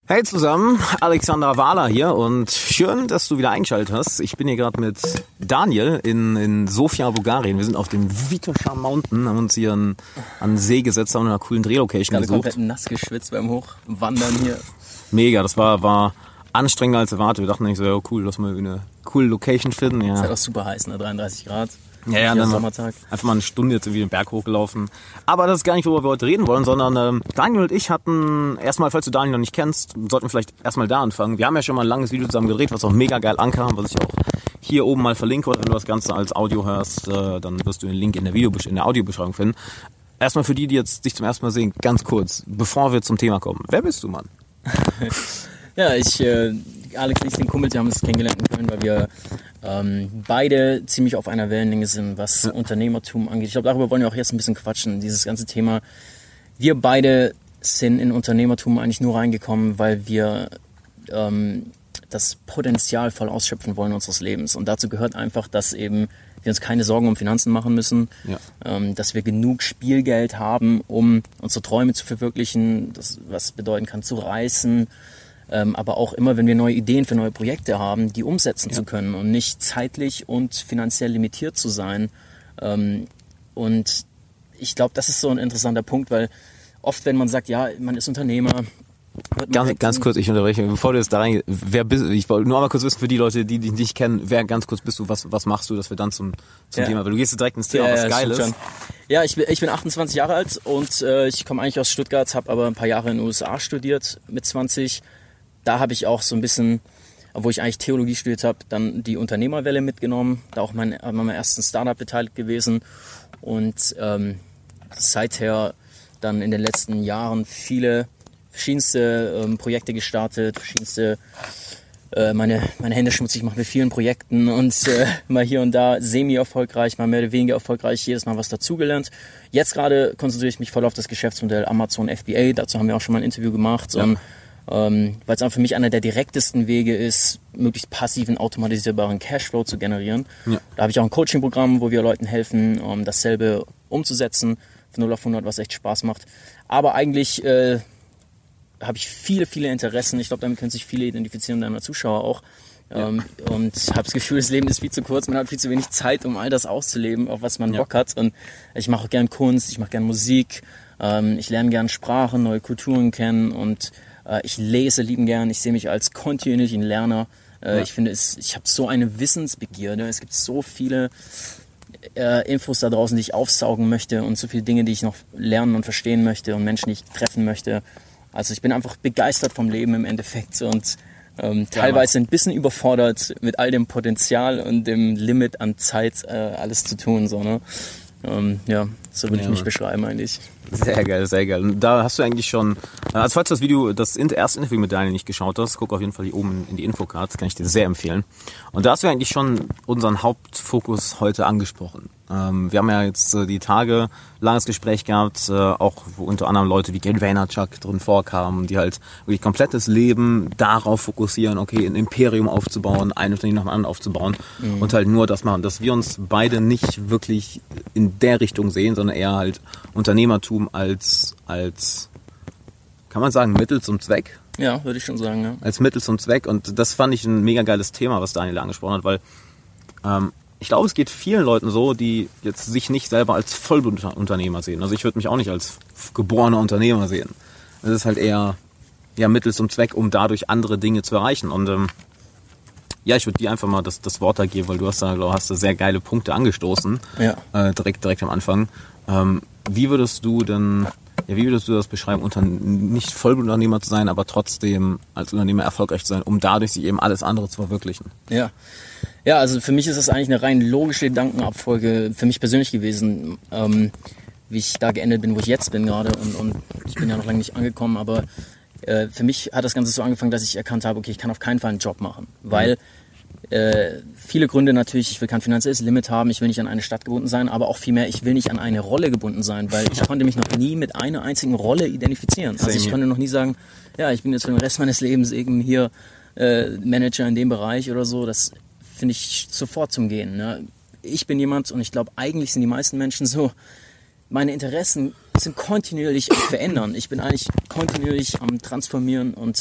Hey zusammen, Alexander Wahler hier und schön, dass du wieder eingeschaltet hast. Ich bin hier gerade mit Daniel in Sofia, Bulgarien. Wir sind auf dem Vitoša Mountain, haben uns hier an den See gesetzt, haben eine coole Drehlocation gesucht. Komplett nass geschwitzt beim Hochwandern hier. Mega, das war anstrengender als erwartet. Wir dachten eigentlich so, ja cool, lass mal eine coole Location finden. Ja. Ist halt auch super heiß, ne? 33 Grad. Ja, dann Sommertag. Einfach mal eine Stunde jetzt wieder den Berg hochgelaufen. Aber das ist gar nicht, worüber wir heute reden wollen, sondern Daniel und ich hatten, erstmal, falls du Daniel noch nicht kennst, sollten wir vielleicht erstmal da anfangen. Wir haben ja schon mal ein langes Video zusammen gedreht, was auch mega geil ankam, was ich auch hier oben mal verlinke. Wenn du das Ganze als Audio hörst, dann wirst du den Link in der Audiobeschreibung finden. Erstmal für die jetzt dich zum ersten Mal sehen, ganz kurz, bevor wir zum Thema kommen. Wer bist du, Mann? Ja, Alex und ich, den Kumpel, wir haben uns kennengelernt in Köln, weil wir beide ziemlich auf einer Wellenlänge sind, was Unternehmertum angeht. Ich glaube, darüber wollen wir auch jetzt ein bisschen quatschen, dieses ganze Thema. Wir beide sind in Unternehmertum eigentlich nur reingekommen, weil wir das Potenzial voll ausschöpfen wollen unseres Lebens. Und dazu gehört einfach, dass eben wir uns keine Sorgen um Finanzen machen müssen, dass wir genug Spielgeld haben, um unsere Träume zu verwirklichen, das, was bedeuten kann, zu reisen, aber auch immer, wenn wir neue Ideen für neue Projekte haben, die umsetzen zu können und nicht zeitlich und finanziell limitiert zu sein. Und ich glaube, das ist so ein interessanter Punkt, weil oft, wenn man sagt, ja, man ist Unternehmer. Ganz kurz, ich unterbreche, bevor du jetzt da reingehst, wer bist du? Ich wollte nur einmal kurz wissen, für die Leute, die dich nicht kennen, wer ganz kurz bist du, was machst du, dass wir dann zum Thema, weil du gehst direkt ins Thema, was geil ist. Ja, ich bin 28 Jahre alt und ich komme eigentlich aus Stuttgart, habe aber ein paar Jahre in den USA studiert mit 20. Da habe ich auch so ein bisschen, obwohl ich eigentlich Theologie studiert habe, dann die Unternehmerwelle mitgenommen, da auch an meinem ersten Startup beteiligt gewesen und seither dann in den letzten Jahren verschiedenste Projekte gestartet, meine Hände schmutzig gemacht mit vielen Projekten und mal hier und da semi-erfolgreich, mal mehr oder weniger erfolgreich, jedes Mal was dazugelernt. Jetzt gerade konzentriere ich mich voll auf das Geschäftsmodell Amazon FBA, dazu haben wir auch schon mal ein Interview gemacht, weil es auch für mich einer der direktesten Wege ist, möglichst passiven, automatisierbaren Cashflow zu generieren. Ja. Da habe ich auch ein Coaching-Programm, wo wir Leuten helfen, dasselbe umzusetzen, von 0 auf 100, was echt Spaß macht. Aber eigentlich habe ich viele Interessen. Ich glaube, damit können sich viele identifizieren, deiner Zuschauer auch. Und habe das Gefühl, das Leben ist viel zu kurz. Man hat viel zu wenig Zeit, um all das auszuleben, auf was man Bock hat. Und ich mache auch gern Kunst, ich mache gern Musik, ich lerne gern Sprachen, neue Kulturen kennen und ich lese lieben gern. Ich sehe mich als kontinuierlichen Lerner. Ich finde, ich habe so eine Wissensbegierde. Es gibt so viele Infos da draußen, die ich aufsaugen möchte und so viele Dinge, die ich noch lernen und verstehen möchte und Menschen, die ich treffen möchte. Also ich bin einfach begeistert vom Leben im Endeffekt und teilweise ein bisschen überfordert mit all dem Potenzial und dem Limit an Zeit alles zu tun. So, ne? So würde ich mich beschreiben eigentlich. Sehr geil, sehr geil. Und da hast du eigentlich schon, also falls du das erste Interview mit Daniel nicht geschaut hast, guck auf jeden Fall hier oben in die Infocard, das kann ich dir sehr empfehlen. Und da hast du eigentlich schon unseren Hauptfokus heute angesprochen. Wir haben ja jetzt die Tage langes Gespräch gehabt, auch wo unter anderem Leute wie Gary Vaynerchuk drin vorkamen, die halt wirklich komplettes Leben darauf fokussieren, okay, ein Imperium aufzubauen, ein Unternehmen nach dem anderen aufzubauen und halt nur das machen, dass wir uns beide nicht wirklich in der Richtung sehen, sondern eher halt Unternehmertum als kann man sagen, Mittel zum Zweck? Ja, würde ich schon sagen, ja. Als Mittel zum Zweck und das fand ich ein mega geiles Thema, was Daniel angesprochen hat, weil ich glaube, es geht vielen Leuten so, die jetzt sich nicht selber als Vollunternehmer sehen. Also ich würde mich auch nicht als geborener Unternehmer sehen. Es ist halt eher Mittel zum Zweck, um dadurch andere Dinge zu erreichen. Und ich würde dir einfach mal das Wort da geben, weil du hast da sehr geile Punkte angestoßen, direkt am Anfang. Wie würdest du das beschreiben, nicht Vollunternehmer zu sein, aber trotzdem als Unternehmer erfolgreich zu sein, um dadurch sich eben alles andere zu verwirklichen? Ja, also für mich ist das eigentlich eine rein logische Gedankenabfolge für mich persönlich gewesen, wie ich da geendet bin, wo ich jetzt bin gerade und ich bin ja noch lange nicht angekommen, aber für mich hat das Ganze so angefangen, dass ich erkannt habe, okay, ich kann auf keinen Fall einen Job machen, weil viele Gründe natürlich, ich will kein finanzielles Limit haben, ich will nicht an eine Stadt gebunden sein, aber auch vielmehr, ich will nicht an eine Rolle gebunden sein, weil ich konnte mich noch nie mit einer einzigen Rolle identifizieren. Also ich konnte noch nie sagen, ja, ich bin jetzt für den Rest meines Lebens eben hier Manager in dem Bereich oder so, das finde ich sofort zum Gehen. Ne? Ich bin jemand, und ich glaube, eigentlich sind die meisten Menschen so, meine Interessen sind kontinuierlich am Verändern. Ich bin eigentlich kontinuierlich am Transformieren und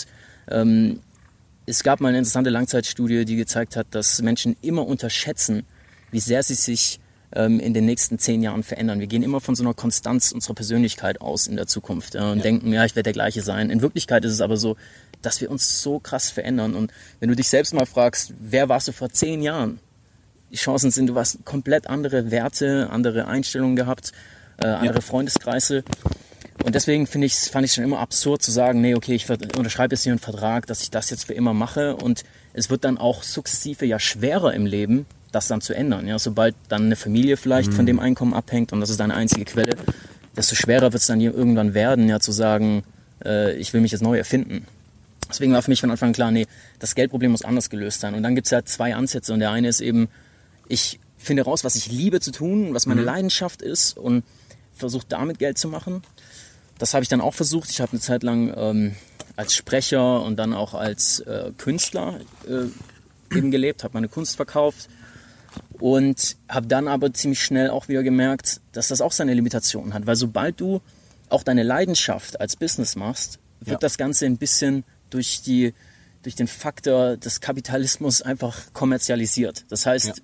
Es gab mal eine interessante Langzeitstudie, die gezeigt hat, dass Menschen immer unterschätzen, wie sehr sie sich in den nächsten 10 Jahren verändern. Wir gehen immer von so einer Konstanz unserer Persönlichkeit aus in der Zukunft und denken, ja, ich werde der gleiche sein. In Wirklichkeit ist es aber so, dass wir uns so krass verändern. Und wenn du dich selbst mal fragst, wer warst du vor 10 Jahren? Die Chancen sind, du hast komplett andere Werte, andere Einstellungen gehabt, andere Freundeskreise. Und deswegen fand ich es schon immer absurd zu sagen, nee, okay, ich unterschreibe jetzt hier einen Vertrag, dass ich das jetzt für immer mache. Und es wird dann auch sukzessive ja schwerer im Leben, das dann zu ändern. Ja, sobald dann eine Familie vielleicht von dem Einkommen abhängt und das ist deine einzige Quelle, desto schwerer wird es dann irgendwann werden, ja, zu sagen, ich will mich jetzt neu erfinden. Deswegen war für mich von Anfang an klar, nee, das Geldproblem muss anders gelöst sein. Und dann gibt es ja 2 Ansätze und der eine ist eben, ich finde raus, was ich liebe zu tun, was meine Leidenschaft ist und versuche damit Geld zu machen. Das habe ich dann auch versucht. Ich habe eine Zeit lang als Sprecher und dann auch als Künstler eben gelebt, habe meine Kunst verkauft und habe dann aber ziemlich schnell auch wieder gemerkt, dass das auch seine Limitationen hat. Weil sobald du auch deine Leidenschaft als Business machst, wird das Ganze ein bisschen durch den Faktor des Kapitalismus einfach kommerzialisiert. Das heißt,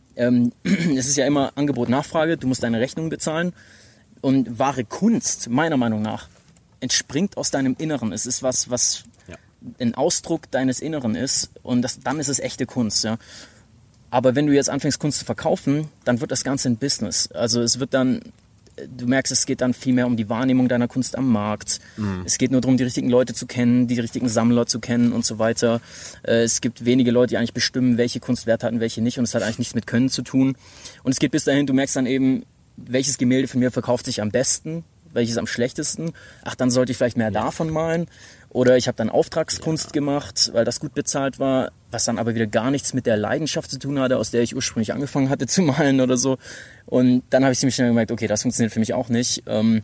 es ist ja immer Angebot-Nachfrage, du musst deine Rechnung bezahlen und wahre Kunst, meiner Meinung nach, entspringt aus deinem Inneren. Es ist was ein Ausdruck deines Inneren ist und dann ist es echte Kunst. Ja. Aber wenn du jetzt anfängst, Kunst zu verkaufen, dann wird das Ganze ein Business. Also es wird dann, du merkst, es geht dann viel mehr um die Wahrnehmung deiner Kunst am Markt. Es geht nur darum, die richtigen Leute zu kennen, die richtigen Sammler zu kennen und so weiter. Es gibt wenige Leute, die eigentlich bestimmen, welche Kunst Wert hat und welche nicht. Und es hat eigentlich nichts mit Können zu tun. Und es geht bis dahin, du merkst dann eben, welches Gemälde von mir verkauft sich am besten, welches am schlechtesten. Ach, dann sollte ich vielleicht mehr davon malen. Oder ich habe dann Auftragskunst gemacht, weil das gut bezahlt war, was dann aber wieder gar nichts mit der Leidenschaft zu tun hatte, aus der ich ursprünglich angefangen hatte zu malen oder so. Und dann habe ich ziemlich schnell gemerkt, okay, das funktioniert für mich auch nicht. Und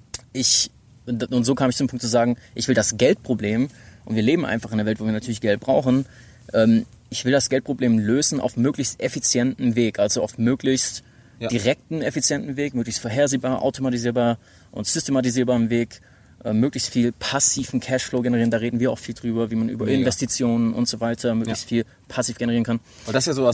so kam ich zum Punkt zu sagen, ich will das Geldproblem, und wir leben einfach in einer Welt, wo wir natürlich Geld brauchen, ich will das Geldproblem lösen auf möglichst effizienten Weg, also auf möglichst direkten, effizienten Weg, möglichst vorhersehbar, automatisierbar und systematisierbarem Weg, möglichst viel passiven Cashflow generieren. Da reden wir auch viel drüber, wie man über Investitionen und so weiter möglichst viel passiv generieren kann. Und das ist ja so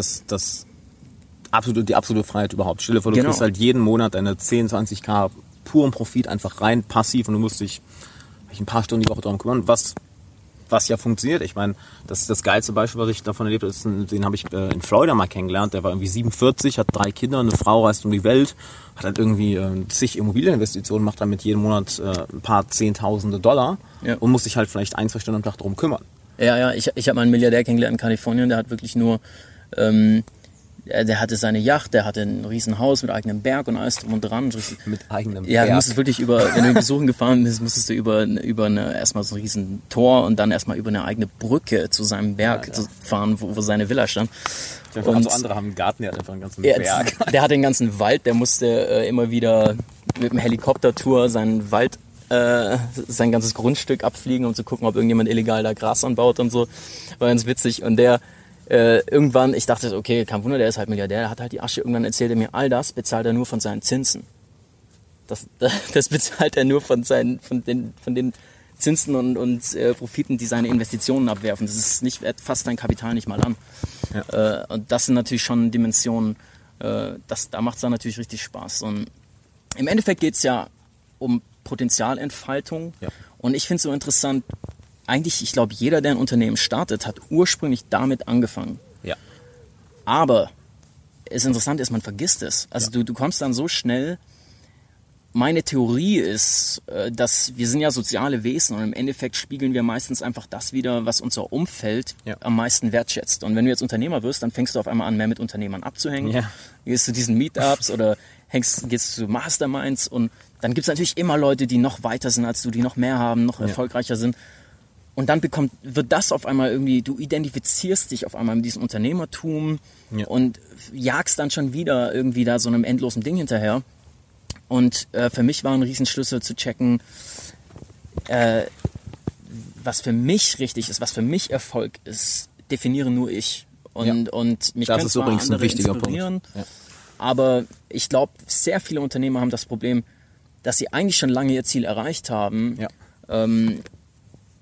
die absolute Freiheit überhaupt. Stell dir vor, du kriegst halt jeden Monat deine 10, 20k puren Profit einfach rein, passiv, und du musst dich ein paar Stunden die Woche darum kümmern, was ja funktioniert. Ich meine, das geilste Beispiel, was ich davon erlebt habe, den habe ich in Florida mal kennengelernt. Der war irgendwie 47, hat 3 Kinder, eine Frau, reist um die Welt, hat halt irgendwie zig Immobilieninvestitionen, macht damit jeden Monat ein paar Zehntausende Dollar und muss sich halt vielleicht 1-2 Stunden am Tag darum kümmern. Ja, ich habe mal einen Milliardär kennengelernt in Kalifornien, der hat wirklich nur der hatte seine Yacht, der hatte ein riesen Haus mit eigenem Berg und alles drum und dran. Mit eigenem Berg? Ja, du musstest wirklich wenn du ihn besuchen gefahren bist, musstest du erstmal so ein riesen Tor und dann erstmal über eine eigene Brücke zu seinem Berg fahren, wo seine Villa stand. Und so andere haben einen Garten, der hat einfach einen ganzen Berg. Der hatte den ganzen Wald, der musste immer wieder mit einem Helikoptertour sein ganzes Grundstück abfliegen, um zu gucken, ob irgendjemand illegal da Gras anbaut und so. War ganz witzig. Und der irgendwann, ich dachte, okay, kein Wunder, der ist halt Milliardär, der hat halt die Asche. Irgendwann erzählt er mir, all das bezahlt er nur von seinen Zinsen. Das bezahlt er nur von den Zinsen und Profiten, die seine Investitionen abwerfen. Das ist fasst sein Kapital nicht mal an. Ja. Und das sind natürlich schon Dimensionen, da macht es dann natürlich richtig Spaß. Und im Endeffekt geht es ja um Potenzialentfaltung. Ja. Und ich finde es so interessant, eigentlich, ich glaube, jeder, der ein Unternehmen startet, hat ursprünglich damit angefangen. Ja. Aber das Interessante ist, man vergisst es. Also du kommst dann so schnell. Meine Theorie ist, dass wir sind ja soziale Wesen und im Endeffekt spiegeln wir meistens einfach das wieder, was unser Umfeld am meisten wertschätzt. Und wenn du jetzt Unternehmer wirst, dann fängst du auf einmal an, mehr mit Unternehmern abzuhängen. Ja. Gehst zu diesen Meetups oder gehst zu Masterminds, und dann gibt es natürlich immer Leute, die noch weiter sind als du, die noch mehr haben, noch erfolgreicher sind. Und dann wird das auf einmal irgendwie, du identifizierst dich auf einmal mit diesem Unternehmertum und jagst dann schon wieder irgendwie da so einem endlosen Ding hinterher. Und für mich war ein Riesenschlüssel zu checken, was für mich richtig ist, was für mich Erfolg ist, definiere nur ich. Und mich das können ist zwar übrigens andere ein wichtiger inspirieren, Punkt. Ja. Aber ich glaube, sehr viele Unternehmer haben das Problem, dass sie eigentlich schon lange ihr Ziel erreicht haben,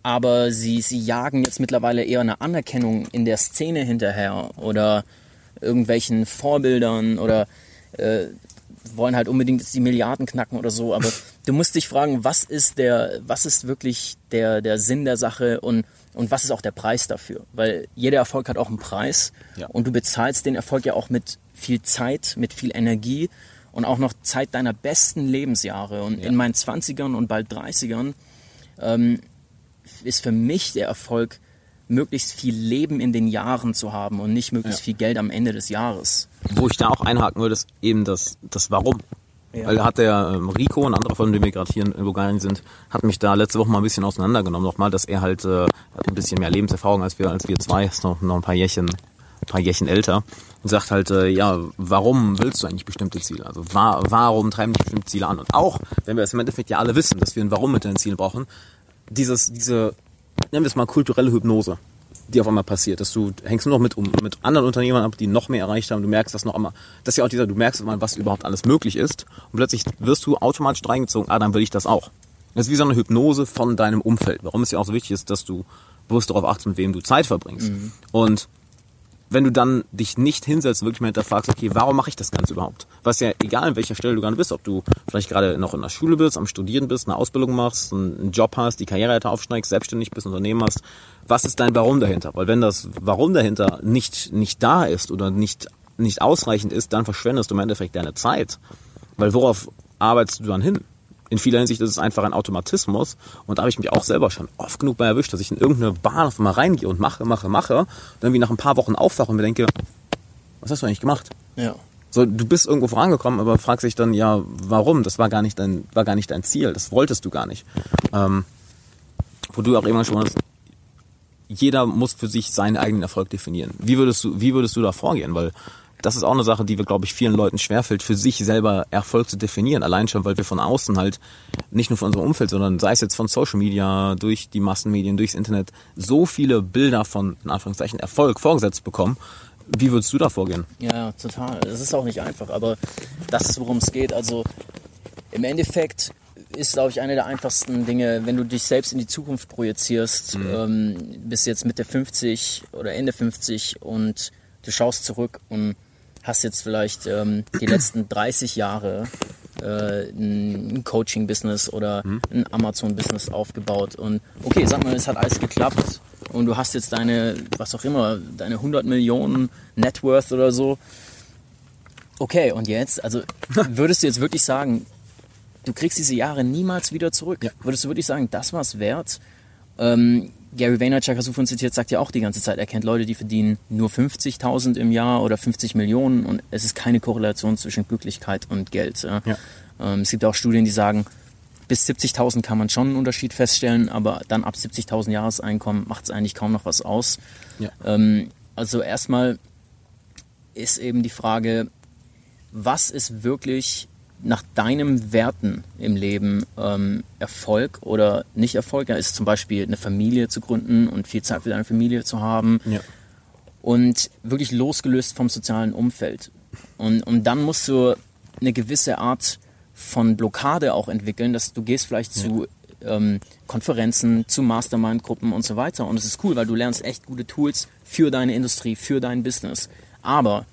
aber sie jagen jetzt mittlerweile eher eine Anerkennung in der Szene hinterher oder irgendwelchen Vorbildern oder wollen halt unbedingt jetzt die Milliarden knacken oder so. Aber du musst dich fragen, was ist wirklich der Sinn der Sache und was ist auch der Preis dafür? Weil jeder Erfolg hat auch einen Preis und du bezahlst den Erfolg ja auch mit viel Zeit, mit viel Energie und auch noch Zeit deiner besten Lebensjahre. Und in meinen 20ern und bald 30ern ist für mich der Erfolg, möglichst viel Leben in den Jahren zu haben und nicht möglichst viel Geld am Ende des Jahres. Wo ich da auch einhaken würde, ist eben das Warum. Ja. Weil da hat der Rico, ein anderer von dem wir gerade hier in Bulgarien sind, hat mich da letzte Woche mal ein bisschen auseinandergenommen. Nochmal, dass er halt hat ein bisschen mehr Lebenserfahrung als wir zwei, ist noch ein paar Jährchen älter. Und sagt halt, warum willst du eigentlich bestimmte Ziele? Also warum treiben dich bestimmte Ziele an? Und auch, wenn wir es im Endeffekt ja alle wissen, dass wir ein Warum mit den Zielen brauchen, diese, nennen wir es mal kulturelle Hypnose, die auf einmal passiert, dass du hängst nur noch mit anderen Unternehmern ab, die noch mehr erreicht haben, du merkst das noch einmal, das ist ja auch du merkst mal, was überhaupt alles möglich ist und plötzlich wirst du automatisch reingezogen, dann will ich das auch. Das ist wie so eine Hypnose von deinem Umfeld, warum es ja auch so wichtig ist, dass du bewusst darauf achtest, mit wem du Zeit verbringst. Und wenn du dann dich nicht hinsetzt und wirklich mal hinterfragst, okay, warum mache ich das Ganze überhaupt? Was ja egal, an welcher Stelle du gerade bist, ob du vielleicht gerade noch in der Schule bist, am Studieren bist, eine Ausbildung machst, einen Job hast, die Karriereleiter aufsteigst, selbstständig bist, Unternehmen hast, was ist dein Warum dahinter? Weil wenn das Warum dahinter nicht da ist oder nicht ausreichend ist, dann verschwendest du im Endeffekt deine Zeit. Weil worauf arbeitest du dann hin? In vieler Hinsicht ist es einfach ein Automatismus und da habe ich mich auch selber schon oft genug bei erwischt, dass ich in irgendeine Bahn auf einmal reingehe und mache und dann irgendwie nach ein paar Wochen aufwache und mir denke, was hast du eigentlich gemacht? Ja. So, du bist irgendwo vorangekommen, aber fragst dich dann, ja, warum? Das war gar nicht dein Ziel, das wolltest du gar nicht. Wo du auch immer schon hast, jeder muss für sich seinen eigenen Erfolg definieren. Wie würdest du da vorgehen? Weil das ist auch eine Sache, die wir, glaube ich, vielen Leuten schwerfällt, für sich selber Erfolg zu definieren. Allein schon, weil wir von außen halt, nicht nur von unserem Umfeld, sondern sei es jetzt von Social Media, durch die Massenmedien, durchs Internet, so viele Bilder von, in Anführungszeichen, Erfolg vorgesetzt bekommen. Wie würdest du da vorgehen? Ja, total. Das ist auch nicht einfach, aber das ist, worum es geht. Also im Endeffekt ist, glaube ich, eine der einfachsten Dinge, wenn du dich selbst in die Zukunft projizierst, bist jetzt Mitte 50 oder Ende 50 und du schaust zurück und hast jetzt vielleicht die letzten 30 Jahre ein Coaching-Business oder ein Amazon-Business aufgebaut und okay, sag mal, es hat alles geklappt und du hast jetzt deine 100 Millionen Net Worth oder so. Okay, und jetzt, also würdest du jetzt wirklich sagen, du kriegst diese Jahre niemals wieder zurück? Ja. Würdest du wirklich sagen, das war's wert? Gary Vaynerchuk, hast du von zitiert, sagt ja auch die ganze Zeit, er kennt Leute, die verdienen nur 50.000 im Jahr oder 50 Millionen und es ist keine Korrelation zwischen Glücklichkeit und Geld. Ja. Es gibt auch Studien, die sagen, bis 70.000 kann man schon einen Unterschied feststellen, aber dann ab 70.000 Jahreseinkommen macht es eigentlich kaum noch was aus. Ja. Also erstmal ist eben die Frage, was ist wirklich nach deinen Werten im Leben Erfolg oder nicht Erfolg? Ja, ist zum Beispiel eine Familie zu gründen und viel Zeit für deine Familie zu haben und wirklich losgelöst vom sozialen Umfeld. Und dann musst du eine gewisse Art von Blockade auch entwickeln, dass du gehst vielleicht zu Konferenzen, zu Mastermind-Gruppen und so weiter. Und es ist cool, weil du lernst echt gute Tools für deine Industrie, für dein Business. Aber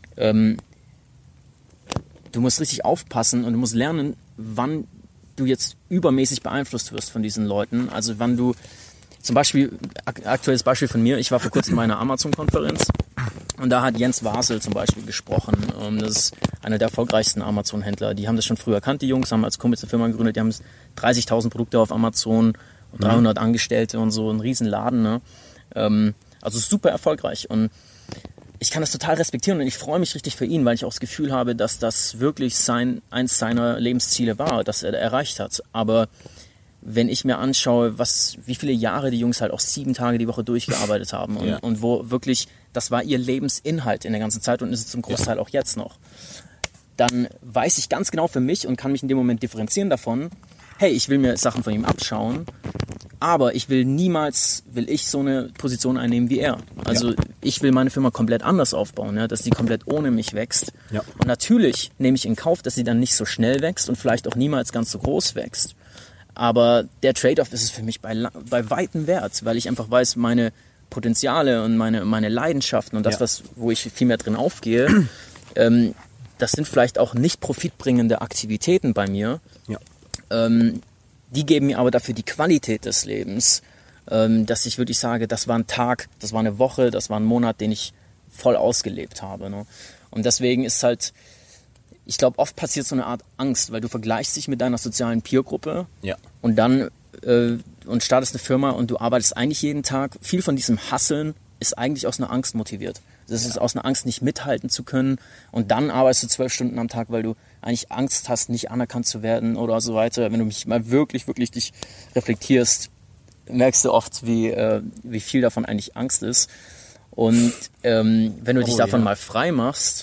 du musst richtig aufpassen und du musst lernen, wann du jetzt übermäßig beeinflusst wirst von diesen Leuten. Also wann du, zum Beispiel, aktuelles Beispiel von mir, ich war vor kurzem bei einer Amazon-Konferenz und da hat Jens Wasel zum Beispiel gesprochen. Das ist einer der erfolgreichsten Amazon-Händler. Die haben das schon früher erkannt, die Jungs, haben als Kumpels eine Firma gegründet, die haben 30.000 Produkte auf Amazon und 300 Angestellte und so, ein riesen Laden. Ne? Also super erfolgreich und ich kann das total respektieren und ich freue mich richtig für ihn, weil ich auch das Gefühl habe, dass das wirklich eins seiner Lebensziele war, das er erreicht hat. Aber wenn ich mir anschaue, wie viele Jahre die Jungs halt auch 7 Tage die Woche durchgearbeitet haben und wo wirklich, das war ihr Lebensinhalt in der ganzen Zeit und ist es zum Großteil auch jetzt noch, dann weiß ich ganz genau für mich und kann mich in dem Moment differenzieren davon, hey, ich will mir Sachen von ihm abschauen, aber ich will niemals so eine Position einnehmen wie er. Also ich will meine Firma komplett anders aufbauen, dass sie komplett ohne mich wächst. Ja. Und natürlich nehme ich in Kauf, dass sie dann nicht so schnell wächst und vielleicht auch niemals ganz so groß wächst. Aber der Trade-off ist es für mich bei weitem wert, weil ich einfach weiß, meine Potenziale und meine Leidenschaften und das, wo ich viel mehr drin aufgehe, das sind vielleicht auch nicht profitbringende Aktivitäten bei mir. Ja. Die geben mir aber dafür die Qualität des Lebens, dass ich wirklich sage, das war ein Tag, das war eine Woche, das war ein Monat, den ich voll ausgelebt habe. Ne? Und deswegen ist halt, ich glaube, oft passiert so eine Art Angst, weil du vergleichst dich mit deiner sozialen Peergruppe und dann und startest eine Firma und du arbeitest eigentlich jeden Tag. Viel von diesem Hustlen ist eigentlich aus einer Angst motiviert. Das ist aus einer Angst, nicht mithalten zu können. Und dann arbeitest du 12 Stunden am Tag, weil du eigentlich Angst hast, nicht anerkannt zu werden oder so weiter. Wenn du mich mal wirklich dich reflektierst, merkst du oft, wie viel davon eigentlich Angst ist. Und wenn du dich davon mal frei machst,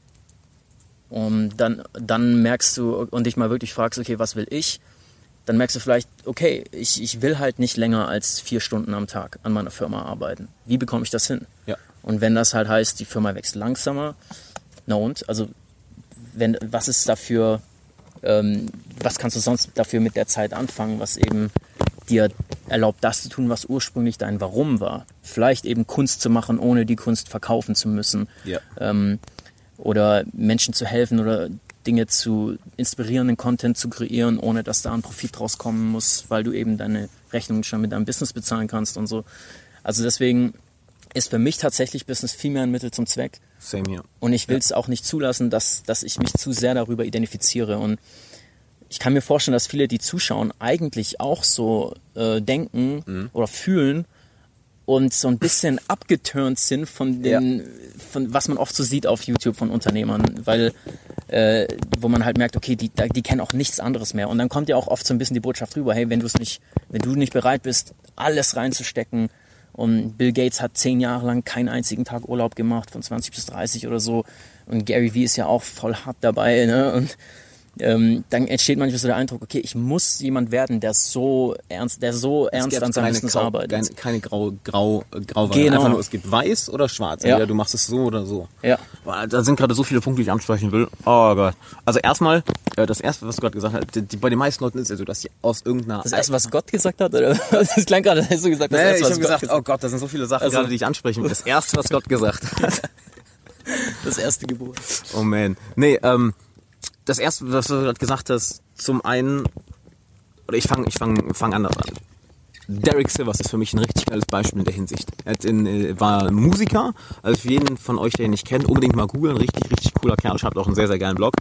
dann merkst du und dich mal wirklich fragst, okay, was will ich? Dann merkst du vielleicht, okay, ich will halt nicht länger als 4 Stunden am Tag an meiner Firma arbeiten. Wie bekomme ich das hin? Ja. Und wenn das halt heißt, die Firma wächst langsamer, also was ist dafür, was kannst du sonst dafür mit der Zeit anfangen, was eben dir erlaubt, das zu tun, was ursprünglich dein Warum war? Vielleicht eben Kunst zu machen, ohne die Kunst verkaufen zu müssen. Ja. Oder Menschen zu helfen oder Dinge zu inspirierenden Content zu kreieren, ohne dass da ein Profit draus kommen muss, weil du eben deine Rechnungen schon mit deinem Business bezahlen kannst und so. Also deswegen ist für mich tatsächlich Business viel mehr ein Mittel zum Zweck. Same here. Und ich will es auch nicht zulassen, dass ich mich zu sehr darüber identifiziere. Und ich kann mir vorstellen, dass viele, die zuschauen, eigentlich auch so denken oder fühlen und so ein bisschen abgeturnt sind von was man oft so sieht auf YouTube von Unternehmern, weil wo man halt merkt, okay, die kennen auch nichts anderes mehr. Und dann kommt ja auch oft so ein bisschen die Botschaft rüber, hey, wenn du nicht bereit bist, alles reinzustecken. Und Bill Gates hat 10 Jahre lang keinen einzigen Tag Urlaub gemacht, von 20 bis 30 oder so. Und Gary Vee ist ja auch voll hart dabei, ne? Und dann entsteht manchmal so der Eindruck, okay, ich muss jemand werden, der so ernst an seinem Business arbeitet. Keine grau Genau. Einfach nur, es gibt weiß oder schwarz. Entweder du machst es so oder so. Ja. Boah, da sind gerade so viele Punkte, die ich ansprechen will. Oh Gott. Also erstmal, das erste, was du gerade gesagt hast, bei den meisten Leuten ist es ja so, dass sie aus irgendeiner... Das erste, was Gott gesagt hat? Oder? Das klang gerade, hast du gesagt, das erste, ich habe gesagt, oh Gott, da sind so viele Sachen gerade, die ich ansprechen will. Das erste, was Gott gesagt hat. Das erste Gebot. Oh man. Nee, das erste, was du gerade gesagt hast, zum einen, oder ich fang anders an. Derek Sivers ist für mich ein richtig geiles Beispiel in der Hinsicht. Er war Musiker, also für jeden von euch, der ihn nicht kennt, unbedingt mal googeln, richtig cooler Kerl, schreibt auch einen sehr, sehr geilen Blog.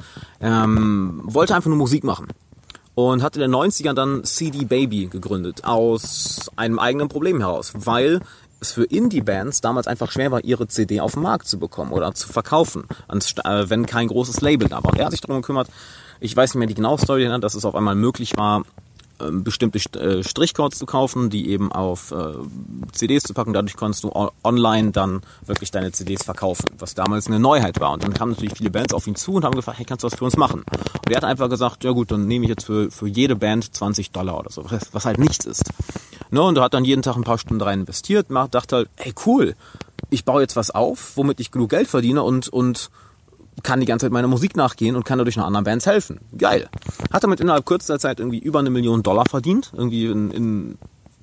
Wollte einfach nur Musik machen. Und hat in den 90ern dann CD Baby gegründet, aus einem eigenen Problem heraus, weil es für Indie-Bands damals einfach schwer war, ihre CD auf den Markt zu bekommen oder zu verkaufen, wenn kein großes Label da war. Und er hat sich darum gekümmert, ich weiß nicht mehr die genaue Story, dass es auf einmal möglich war, bestimmte Strichcodes zu kaufen, die eben auf CDs zu packen. Dadurch konntest du online dann wirklich deine CDs verkaufen, was damals eine Neuheit war. Und dann kamen natürlich viele Bands auf ihn zu und haben gefragt, hey, kannst du was für uns machen? Und er hat einfach gesagt, ja gut, dann nehme ich jetzt für jede Band $20 oder so, was halt nichts ist. Ne, und er hat dann jeden Tag ein paar Stunden rein investiert, dachte halt, hey cool, ich baue jetzt was auf, womit ich genug Geld verdiene und kann die ganze Zeit meiner Musik nachgehen und kann dadurch noch anderen Bands helfen. Geil. Hat damit innerhalb kürzester Zeit irgendwie über $1 Million verdient, irgendwie in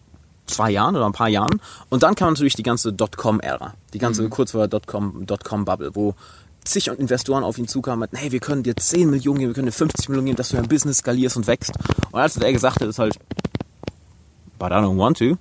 2 Jahren oder ein paar Jahren. Und dann kam natürlich die ganze Dotcom-Ära, die ganze kurz vor der Dotcom-Bubble, wo zig Investoren auf ihn zukamen und meinten, hey, wir können dir 10 Millionen geben, wir können dir 50 Millionen geben, dass du dein Business skalierst und wächst. Und als er gesagt hat, ist halt, but I don't want to.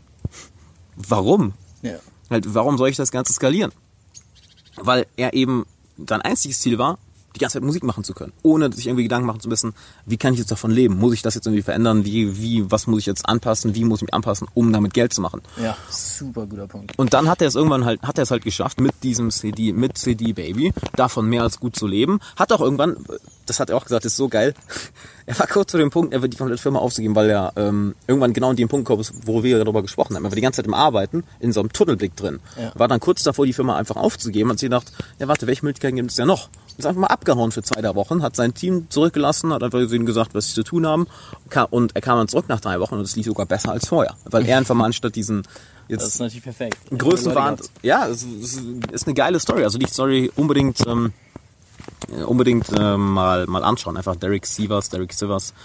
Warum? Ja. Halt, warum soll ich das Ganze skalieren? Weil er eben sein einziges Ziel war, die ganze Zeit Musik machen zu können, ohne sich irgendwie Gedanken machen zu müssen, wie kann ich jetzt davon leben? Muss ich das jetzt irgendwie verändern? Was muss ich jetzt anpassen? Wie muss ich mich anpassen, um damit Geld zu machen? Ja, super guter Punkt. Und dann hat er es irgendwann halt geschafft, mit diesem CD Baby, davon mehr als gut zu leben. Hat auch irgendwann, das hat er auch gesagt, das ist so geil. Er war kurz zu dem Punkt, er wird die komplette Firma aufzugeben, weil er irgendwann genau in dem Punkt kommt, wo wir darüber gesprochen haben. Er war die ganze Zeit im Arbeiten, in so einem Tunnelblick drin. Ja. War dann kurz davor, die Firma einfach aufzugeben, hat sich gedacht, ja warte, welche Möglichkeiten gibt es denn noch? Ist einfach mal abgehauen für 2-3 Wochen, hat sein Team zurückgelassen, hat einfach ihnen gesagt, was sie zu tun haben. Und er kam dann zurück nach 3 Wochen und es lief sogar besser als vorher. Weil er einfach mal anstatt diesen jetzt das ist natürlich perfekt. größten Wahn. Ja, es ist eine geile Story. Also die Story unbedingt mal anschauen. Einfach Derek Sivers.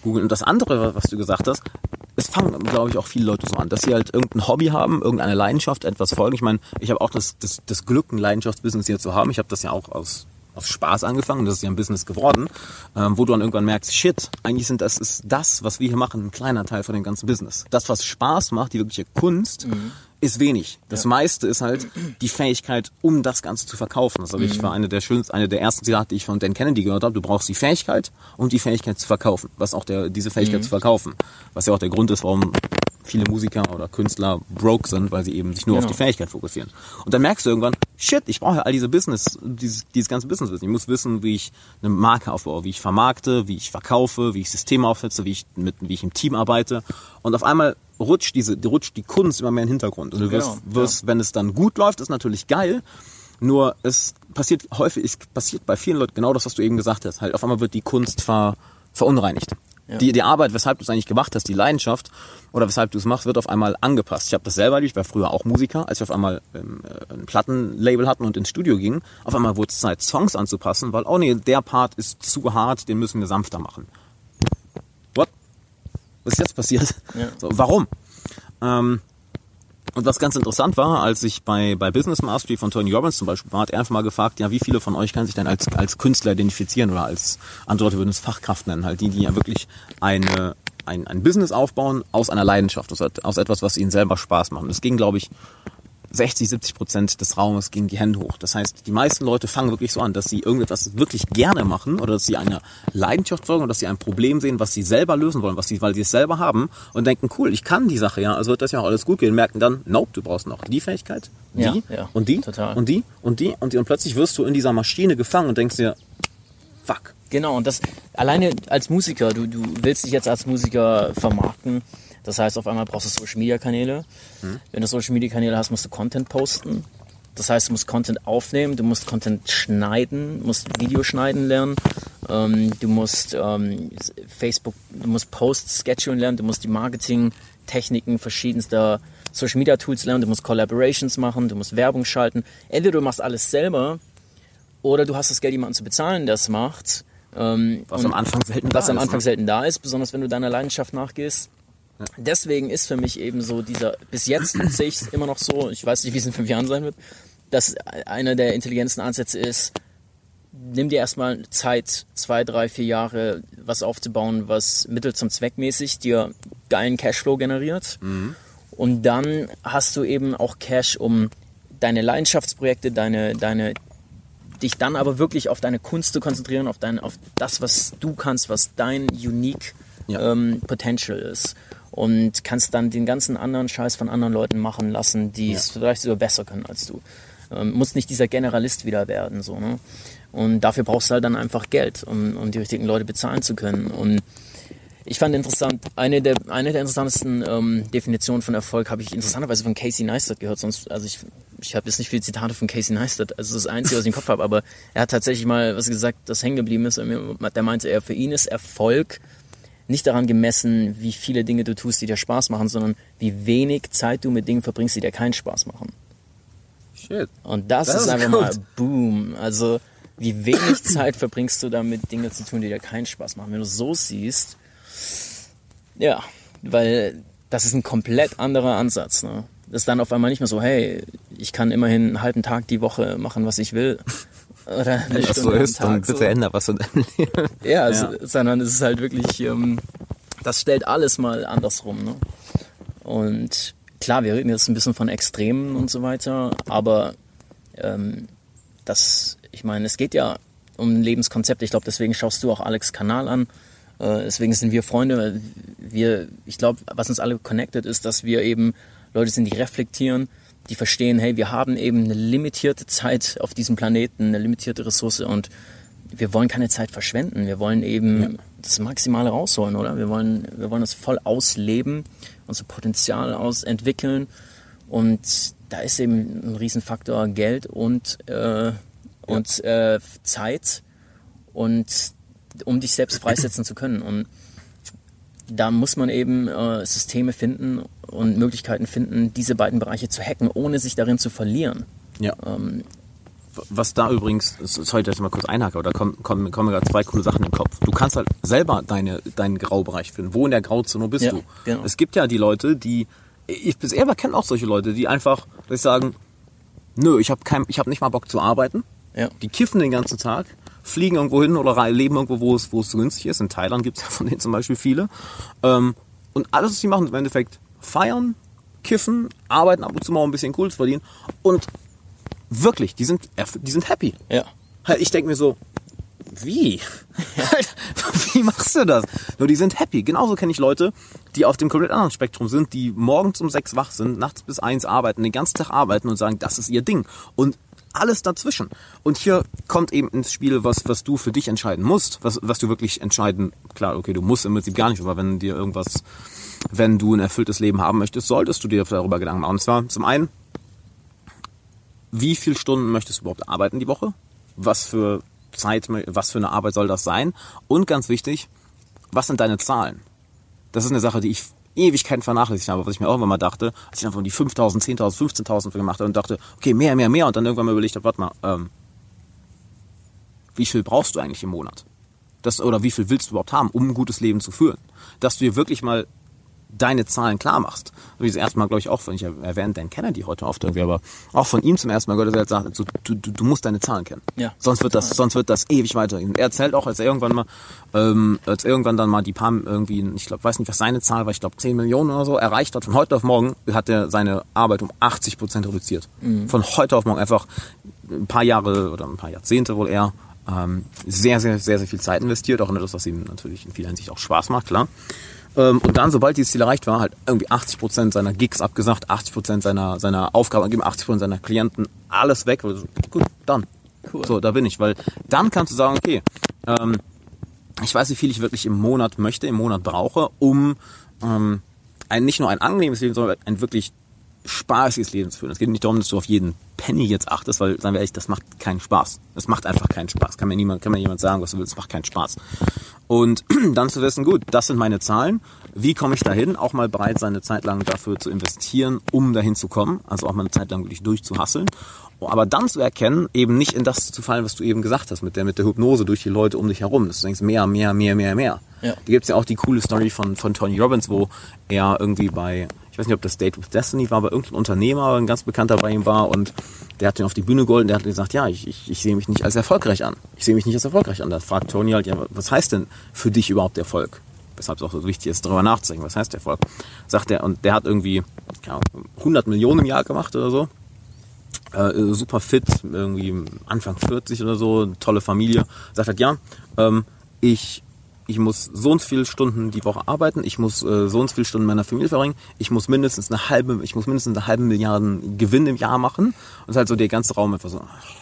googeln. Und das andere, was du gesagt hast, es fangen, glaube ich, auch viele Leute so an, dass sie halt irgendein Hobby haben, irgendeine Leidenschaft, etwas folgen. Ich meine, ich habe auch das Glück, ein Leidenschaftsbusiness hier zu haben. Ich habe das ja auch aus Spaß angefangen, das ist ja ein Business geworden, wo du dann irgendwann merkst, shit, eigentlich ist das, was wir hier machen, ein kleiner Teil von dem ganzen Business. Das, was Spaß macht, die wirkliche Kunst, ist wenig. Das meiste ist halt die Fähigkeit, um das Ganze zu verkaufen. Das war eine der ersten Zitate, die ich von Dan Kennedy gehört habe. Du brauchst die Fähigkeit und die Fähigkeit zu verkaufen. Diese Fähigkeit zu verkaufen. Was ja auch der Grund ist, warum viele Musiker oder Künstler broke sind, weil sie eben sich nur auf die Fähigkeit fokussieren. Und dann merkst du irgendwann, shit, ich brauche ja all dieses ganze Business wissen. Ich muss wissen, wie ich eine Marke aufbaue, wie ich vermarkte, wie ich verkaufe, wie ich Systeme aufsetze, wie ich im Team arbeite. Und auf einmal rutscht die Kunst immer mehr in den Hintergrund. Und du wirst, wenn es dann gut läuft, ist natürlich geil. Nur es passiert bei vielen Leuten genau das, was du eben gesagt hast. Halt auf einmal wird die Kunst verunreinigt. Ja. Die Arbeit, weshalb du es eigentlich gemacht hast, die Leidenschaft oder weshalb du es machst, wird auf einmal angepasst. Ich habe das selber erlebt, ich war früher auch Musiker, als wir auf einmal ein Plattenlabel hatten und ins Studio gingen. Auf einmal wurde es Zeit, Songs anzupassen, weil, der Part ist zu hart, den müssen wir sanfter machen. What? Was ist jetzt passiert? Ja. So, warum? Und was ganz interessant war, als ich bei Business Mastery von Tony Robbins zum Beispiel war, hat er einfach mal gefragt, ja, wie viele von euch können sich denn als Künstler identifizieren oder andere Leute würden es Fachkraft nennen, halt die ja wirklich ein Business aufbauen aus einer Leidenschaft, aus etwas, was ihnen selber Spaß macht. Und das ging, glaube ich, 60-70% des Raumes gingen die Hände hoch. Das heißt, die meisten Leute fangen wirklich so an, dass sie irgendetwas wirklich gerne machen oder dass sie einer Leidenschaft folgen oder dass sie ein Problem sehen, was sie selber lösen wollen, weil sie es selber haben und denken, cool, ich kann die Sache, ja, also wird das ja auch alles gut gehen. Merken dann, nope, du brauchst noch die Fähigkeit, und die total. und die und die und plötzlich wirst du in dieser Maschine gefangen und denkst dir, fuck. Genau, und das alleine als Musiker, du willst dich jetzt als Musiker vermarkten. Das heißt, auf einmal brauchst du Social-Media-Kanäle. Wenn du Social-Media-Kanäle hast, musst du Content posten. Das heißt, du musst Content aufnehmen, du musst Content schneiden, musst Video schneiden lernen. Du musst du musst Posts schedulen lernen, du musst die Marketing-Techniken verschiedenster Social-Media-Tools lernen, du musst Collaborations machen, du musst Werbung schalten. Entweder du machst alles selber oder du hast das Geld, jemanden zu bezahlen, der es macht. Was am Anfang selten da ist, besonders wenn du deiner Leidenschaft nachgehst. Deswegen ist für mich eben so bis jetzt sehe ich es immer noch so, ich weiß nicht, wie es in 5 Jahren sein wird, dass einer der intelligentesten Ansätze ist, nimm dir erstmal Zeit, 2, 3, 4 Jahre was aufzubauen, was mittel zum Zweck mäßig dir geilen Cashflow generiert. Und dann hast du eben auch Cash, um deine Leidenschaftsprojekte, dich dann aber wirklich auf deine Kunst zu konzentrieren, auf das, was du kannst, was dein unique Potential ist. Und kannst dann den ganzen anderen Scheiß von anderen Leuten machen lassen, die es vielleicht sogar besser können als du. Musst nicht dieser Generalist wieder werden. So, ne? Und dafür brauchst du halt dann einfach Geld, um die richtigen Leute bezahlen zu können. Und ich fand interessant, eine der interessantesten Definitionen von Erfolg habe ich interessanterweise von Casey Neistat gehört. Also ich habe jetzt nicht viele Zitate von Casey Neistat, also das Einzige, was ich im Kopf habe, aber er hat tatsächlich mal was gesagt, das hängen geblieben ist. Der meinte, für ihn ist Erfolg nicht daran gemessen, wie viele Dinge du tust, die dir Spaß machen, sondern wie wenig Zeit du mit Dingen verbringst, die dir keinen Spaß machen. Shit. Und das ist einfach gut. Mal boom. Also wie wenig Zeit verbringst du damit, Dinge zu tun, die dir keinen Spaß machen. Wenn du so siehst, ja, weil das ist ein komplett anderer Ansatz. Ne? Das ist dann auf einmal nicht mehr so, hey, ich kann immerhin einen halben Tag die Woche machen, was ich will. Oder wenn das so ist, Tag, dann bitte so. Ändere was in deinem Leben. Ja, sondern es ist halt wirklich, das stellt alles mal andersrum. Ne? Und klar, wir reden jetzt ein bisschen von Extremen und so weiter, aber ich meine, es geht ja um ein Lebenskonzept. Ich glaube, deswegen schaust du auch Alex' Kanal an. Deswegen sind wir Freunde. Ich glaube, was uns alle connected ist, dass wir eben Leute sind, die reflektieren, die verstehen, hey, wir haben eben eine limitierte Zeit auf diesem Planeten, eine limitierte Ressource und wir wollen keine Zeit verschwenden. Wir wollen eben das Maximale rausholen, oder? Wir wollen das voll ausleben, unser Potenzial entwickeln und da ist eben ein Riesenfaktor Geld und Zeit und um dich selbst freisetzen zu können. Und da muss man eben Systeme finden und Möglichkeiten finden, diese beiden Bereiche zu hacken, ohne sich darin zu verlieren. Ja. was da übrigens, sorry, dass ich mal kurz einhacke, aber da kommen mir gerade zwei coole Sachen in den Kopf. Du kannst halt selber deinen Graubereich finden. Wo in der Grauzone bist du? Genau. Es gibt ja die Leute, ich selber kenne auch solche Leute, die einfach sagen, nö, ich hab nicht mal Bock zu arbeiten. Ja. Die kiffen den ganzen Tag, fliegen irgendwo hin oder leben irgendwo, wo es so günstig ist. In Thailand gibt es ja von denen zum Beispiel viele. Und alles, was sie machen, ist im Endeffekt feiern, kiffen, arbeiten, ab und zu mal ein bisschen Kohle zu verdienen. Und wirklich, die sind happy. Ja. Ich denke mir so, wie? Wie machst du das? Nur die sind happy. Genauso kenne ich Leute, die auf dem komplett anderen Spektrum sind, die morgens um 6 wach sind, nachts bis 1 arbeiten, den ganzen Tag arbeiten und sagen, das ist ihr Ding. Und alles dazwischen. Und hier kommt eben ins Spiel, was du für dich entscheiden musst, was du wirklich entscheiden, klar, okay, du musst im Prinzip gar nicht, aber wenn du ein erfülltes Leben haben möchtest, solltest du dir darüber Gedanken machen. Und zwar zum einen, wie viele Stunden möchtest du überhaupt arbeiten die Woche? Was für eine Arbeit soll das sein? Und ganz wichtig, was sind deine Zahlen? Das ist eine Sache, die ich Ewigkeiten vernachlässigt habe, was ich mir auch immer mal dachte, als ich einfach die 5.000, 10.000, 15.000 gemacht habe und dachte, okay, mehr und dann irgendwann mal überlegt habe, warte mal, wie viel brauchst du eigentlich im Monat? Oder wie viel willst du überhaupt haben, um ein gutes Leben zu führen? Dass du dir wirklich mal deine Zahlen klar machst. Wie das erste Mal, glaube ich, auch, wenn ich erwähne, Dan Kennedy heute oft irgendwie, aber auch von ihm zum ersten Mal gehört, dass er sagt, du musst deine Zahlen kennen. Ja. Sonst wird das ewig weitergehen. Er erzählt auch, als er irgendwann dann mal die paar irgendwie, ich glaube, weiß nicht, was seine Zahl war, ich glaube 10 Millionen oder so, erreicht hat, von heute auf morgen hat er seine Arbeit um 80% reduziert. Mhm. Von heute auf morgen einfach ein paar Jahre oder ein paar Jahrzehnte wohl eher sehr, sehr, sehr, sehr viel Zeit investiert, auch in das, was ihm natürlich in vieler Hinsicht auch Spaß macht, klar. Und dann, sobald dieses Ziel erreicht war, halt irgendwie 80% seiner Gigs abgesagt, 80% seiner Aufgaben gegeben, 80% seiner Klienten, alles weg. Also, gut, dann. Cool. So, da bin ich. Weil dann kannst du sagen, okay, ich weiß, wie viel ich wirklich im Monat brauche, um nicht nur ein angenehmes Leben, sondern ein wirklich spaßiges Leben zu führen. Es geht nicht darum, dass du auf jeden Penny jetzt achtest, weil, sagen wir ehrlich, das macht keinen Spaß. Das macht einfach keinen Spaß. Kann mir jemand sagen, was du willst, das macht keinen Spaß. Und dann zu wissen, gut, das sind meine Zahlen. Wie komme ich dahin? Auch mal bereit, seine Zeit lang dafür zu investieren, um dahin zu kommen. Also auch mal eine Zeit lang wirklich durchzuhasseln. Aber dann zu erkennen, eben nicht in das zu fallen, was du eben gesagt hast, mit der Hypnose durch die Leute um dich herum. Dass du denkst, mehr. Ja. Da gibt's ja auch die coole Story von Tony Robbins, wo er irgendwie ich weiß nicht, ob das Date with Destiny war, aber irgendein Unternehmer, ein ganz Bekannter bei ihm war und der hat ihn auf die Bühne geholt und der hat gesagt, ja, ich sehe mich nicht als erfolgreich an. Da fragt Tony halt, ja, was heißt denn für dich überhaupt Erfolg? Weshalb es auch so wichtig ist, darüber nachzudenken, was heißt Erfolg? Sagt er, und der hat irgendwie 100 Millionen im Jahr gemacht oder so. Super fit, irgendwie Anfang 40 oder so, tolle Familie. Sagt halt, ja, ich muss so und so viele Stunden die Woche arbeiten, ich muss so und so viele Stunden meiner Familie verbringen, ich muss mindestens eine halbe Milliarden Gewinn im Jahr machen. Und es ist halt so der ganze Raum einfach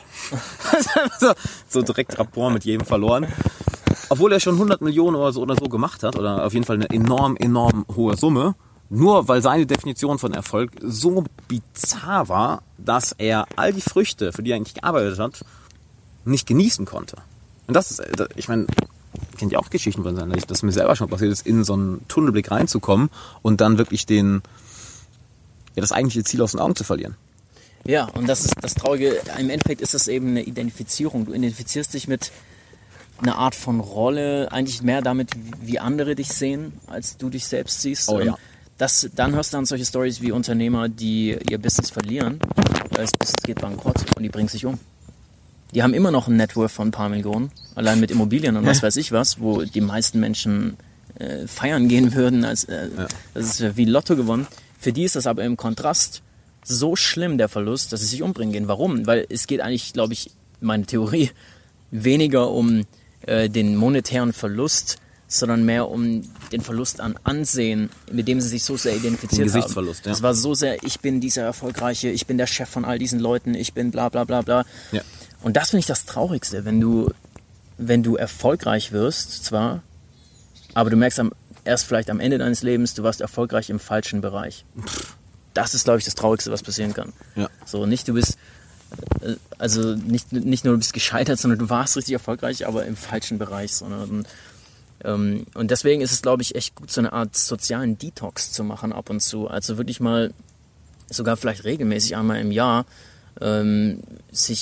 so direkt Rapport mit jedem verloren. Obwohl er schon 100 Millionen oder so gemacht hat, oder auf jeden Fall eine enorm hohe Summe, nur weil seine Definition von Erfolg so bizarr war, dass er all die Früchte, für die er eigentlich gearbeitet hat, nicht genießen konnte. Und das ist, ich meine, kennt ja auch Geschichten von sein, dass mir selber schon passiert ist, in so einen Tunnelblick reinzukommen und dann wirklich das eigentliche Ziel aus den Augen zu verlieren. Ja, und das ist das Traurige. Im Endeffekt ist das eben eine Identifizierung. Du identifizierst dich mit einer Art von Rolle, eigentlich mehr damit, wie andere dich sehen, als du dich selbst siehst. Oh ja. Dann hörst du dann solche Stories wie Unternehmer, die ihr Business verlieren, das Business geht bankrott und die bringen sich um. Die haben immer noch ein Net Worth von ein paar Millionen, allein mit Immobilien und was weiß ich was, wo die meisten Menschen feiern gehen würden, das ist wie Lotto gewonnen. Für die ist das aber im Kontrast so schlimm, der Verlust, dass sie sich umbringen gehen. Warum? Weil es geht eigentlich, glaube ich, meine Theorie, weniger um den monetären Verlust, sondern mehr um den Verlust an Ansehen, mit dem sie sich so sehr identifiziert haben. Gesichtsverlust, ja. Es war so sehr, ich bin dieser Erfolgreiche, ich bin der Chef von all diesen Leuten, ich bin bla bla bla bla. Ja. Und das finde ich das Traurigste, wenn du erfolgreich wirst, zwar, aber du merkst erst vielleicht am Ende deines Lebens, du warst erfolgreich im falschen Bereich. Das ist, glaube ich, das Traurigste, was passieren kann. Ja. So, nicht du bist, also nicht nur du bist gescheitert, sondern du warst richtig erfolgreich, aber im falschen Bereich. Sondern, und deswegen ist es, glaube ich, echt gut, so eine Art sozialen Detox zu machen ab und zu. Also wirklich mal, sogar vielleicht regelmäßig einmal im Jahr, sich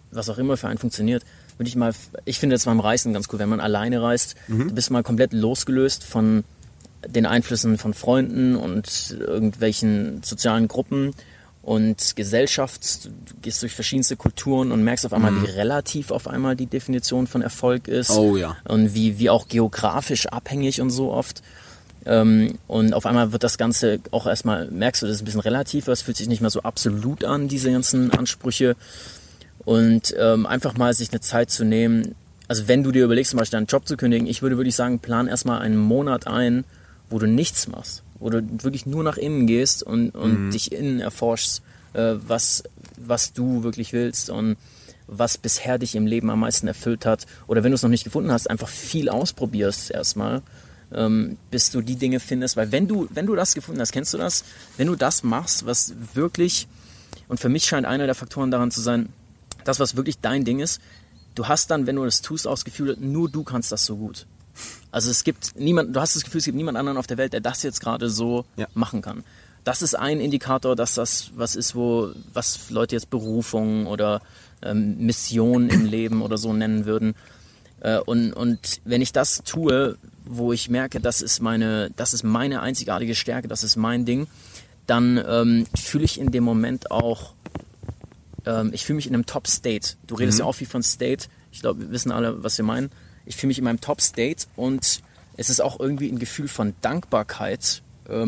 was auch immer für einen funktioniert, ich finde das beim Reisen ganz cool, wenn man alleine reist, du bist mal komplett losgelöst von den Einflüssen von Freunden und irgendwelchen sozialen Gruppen und Gesellschaft. Du gehst durch verschiedenste Kulturen und merkst auf einmal, wie relativ auf einmal die Definition von Erfolg ist. Oh ja. Und wie auch geografisch abhängig und so oft. Und auf einmal wird das Ganze auch erstmal, merkst du, das ist ein bisschen relativer, es fühlt sich nicht mehr so absolut an, diese ganzen Ansprüche. Und einfach mal sich eine Zeit zu nehmen, also wenn du dir überlegst, zum Beispiel deinen Job zu kündigen, ich würde wirklich sagen, plan erstmal einen Monat ein, wo du nichts machst, wo du wirklich nur nach innen gehst und dich innen erforschst, was du wirklich willst und was bisher dich im Leben am meisten erfüllt hat. Oder wenn du es noch nicht gefunden hast, einfach viel ausprobierst erstmal, bis du die Dinge findest. Weil wenn du das gefunden hast, kennst du das? Wenn du das machst, was wirklich, und für mich scheint einer der Faktoren daran zu sein, das, was wirklich dein Ding ist, du hast dann, wenn du das tust, auch das Gefühl, nur du kannst das so gut. Also du hast das Gefühl, es gibt niemand anderen auf der Welt, der das jetzt gerade so machen kann. Das ist ein Indikator, dass das was ist, was Leute jetzt Berufung oder Mission im Leben oder so nennen würden. Und wenn ich das tue, wo ich merke, das ist meine einzigartige Stärke, das ist mein Ding, dann fühle ich in dem Moment auch, ich fühle mich in einem Top-State. Du redest ja auch viel von State. Ich glaube, wir wissen alle, was wir meinen. Ich fühle mich in meinem Top-State und es ist auch irgendwie ein Gefühl von Dankbarkeit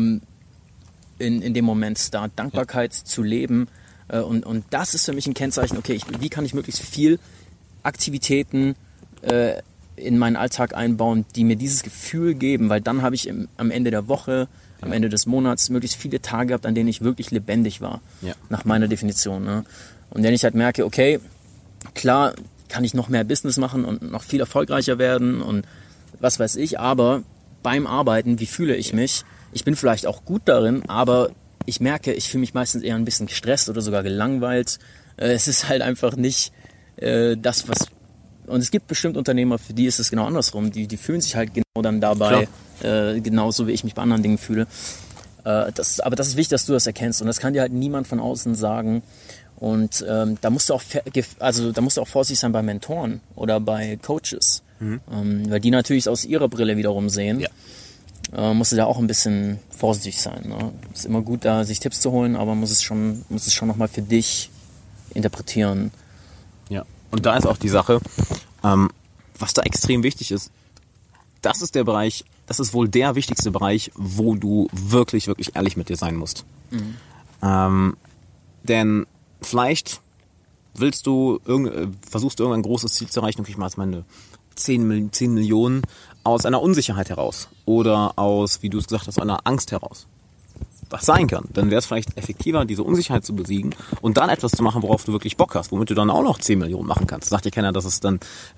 in dem Moment da. Dankbarkeit zu leben. Und das ist für mich ein Kennzeichen, okay, wie kann ich möglichst viel Aktivitäten in meinen Alltag einbauen, die mir dieses Gefühl geben, weil dann habe ich am Ende der Woche, am Ende des Monats möglichst viele Tage gehabt, an denen ich wirklich lebendig war, nach meiner Definition. Ne? Und wenn ich halt merke, okay, klar kann ich noch mehr Business machen und noch viel erfolgreicher werden und was weiß ich, aber beim Arbeiten, wie fühle ich mich? Ich bin vielleicht auch gut darin, aber ich merke, ich fühle mich meistens eher ein bisschen gestresst oder sogar gelangweilt. Es ist halt einfach nicht das, was... Und es gibt bestimmt Unternehmer, für die ist es genau andersrum. Die fühlen sich halt genau dann dabei, genauso wie ich mich bei anderen Dingen fühle. Aber das ist wichtig, dass du das erkennst. Und das kann dir halt niemand von außen sagen. Und da musst du auch vorsichtig sein bei Mentoren oder bei Coaches. Weil die natürlich aus ihrer Brille wiederum sehen. Musst du da auch ein bisschen vorsichtig sein. Ne? Ist immer gut, da sich Tipps zu holen, aber muss es schon nochmal für dich interpretieren. Ja, und da ist auch die Sache, was da extrem wichtig ist, das ist wohl der wichtigste Bereich, wo du wirklich, wirklich ehrlich mit dir sein musst. Denn vielleicht versuchst du irgendein großes Ziel zu erreichen, okay, ich mache jetzt meine 10 Millionen aus einer Unsicherheit heraus oder aus, wie du es gesagt hast, einer Angst heraus. Was sein kann, dann wäre es vielleicht effektiver, diese Unsicherheit zu besiegen und dann etwas zu machen, worauf du wirklich Bock hast, womit du dann auch noch 10 Millionen machen kannst. Sagt dir keiner, dass es dann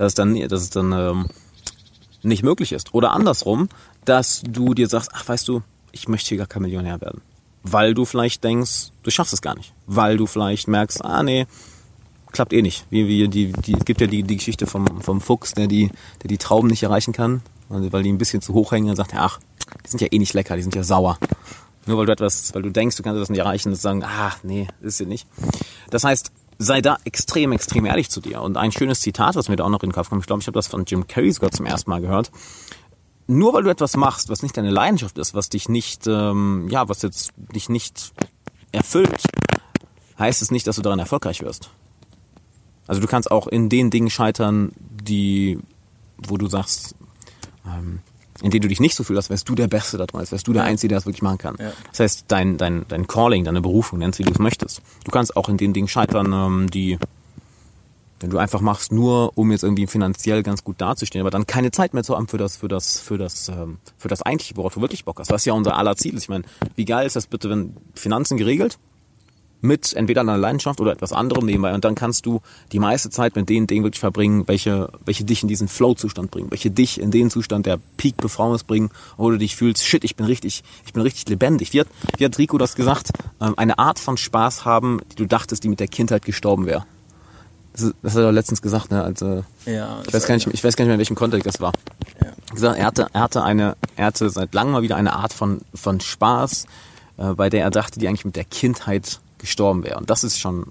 nicht möglich ist. Oder andersrum, dass du dir sagst, ach, weißt du, ich möchte hier gar kein Millionär werden. Weil du vielleicht denkst, du schaffst es gar nicht. Weil du vielleicht merkst, nee, klappt eh nicht. Es gibt ja die Geschichte vom Fuchs, der die Trauben nicht erreichen kann, weil die ein bisschen zu hoch hängen, dann sagt er, ach, die sind ja eh nicht lecker, die sind ja sauer. Nur weil du denkst, du kannst das nicht erreichen und sagen, nee, ist ja nicht. Das heißt, sei da extrem, extrem ehrlich zu dir. Und ein schönes Zitat, was mir da auch noch in den Kopf kommt, ich glaube, ich habe das von Jim Carrey sogar zum ersten Mal gehört. Nur weil du etwas machst, was nicht deine Leidenschaft ist, was dich nicht, was jetzt dich nicht erfüllt, heißt es nicht, dass du daran erfolgreich wirst. Also du kannst auch in den Dingen scheitern, wo du sagst, in denen du dich nicht so fühlst, als wärst du der Beste da drin, als wärst du der Einzige, der das wirklich machen kann. Ja. Das heißt, dein Calling, deine Berufung, nennst wie du es möchtest. Du kannst auch in den Dingen scheitern, wenn du einfach machst, nur um jetzt irgendwie finanziell ganz gut dazustehen, aber dann keine Zeit mehr zu haben für das eigentliche, worauf du wirklich Bock hast. Was ja unser aller Ziel ist. Ich meine, wie geil ist das bitte, wenn Finanzen geregelt, mit entweder einer Leidenschaft oder etwas anderem nebenbei, und dann kannst du die meiste Zeit mit den Dingen wirklich verbringen, welche dich in diesen Flow-Zustand bringen, welche dich in den Zustand der Peak-Performance bringen, wo du dich fühlst, shit, ich bin richtig lebendig. Wie hat Rico das gesagt? Eine Art von Spaß haben, die du dachtest, die mit der Kindheit gestorben wäre. Das hat er letztens gesagt, ne? Also, ich weiß gar nicht mehr, in welchem Kontext das war. Ja. Gesagt, er hatte seit langem mal wieder eine Art von Spaß, bei der er dachte, die eigentlich mit der Kindheit gestorben wäre. Und das ist schon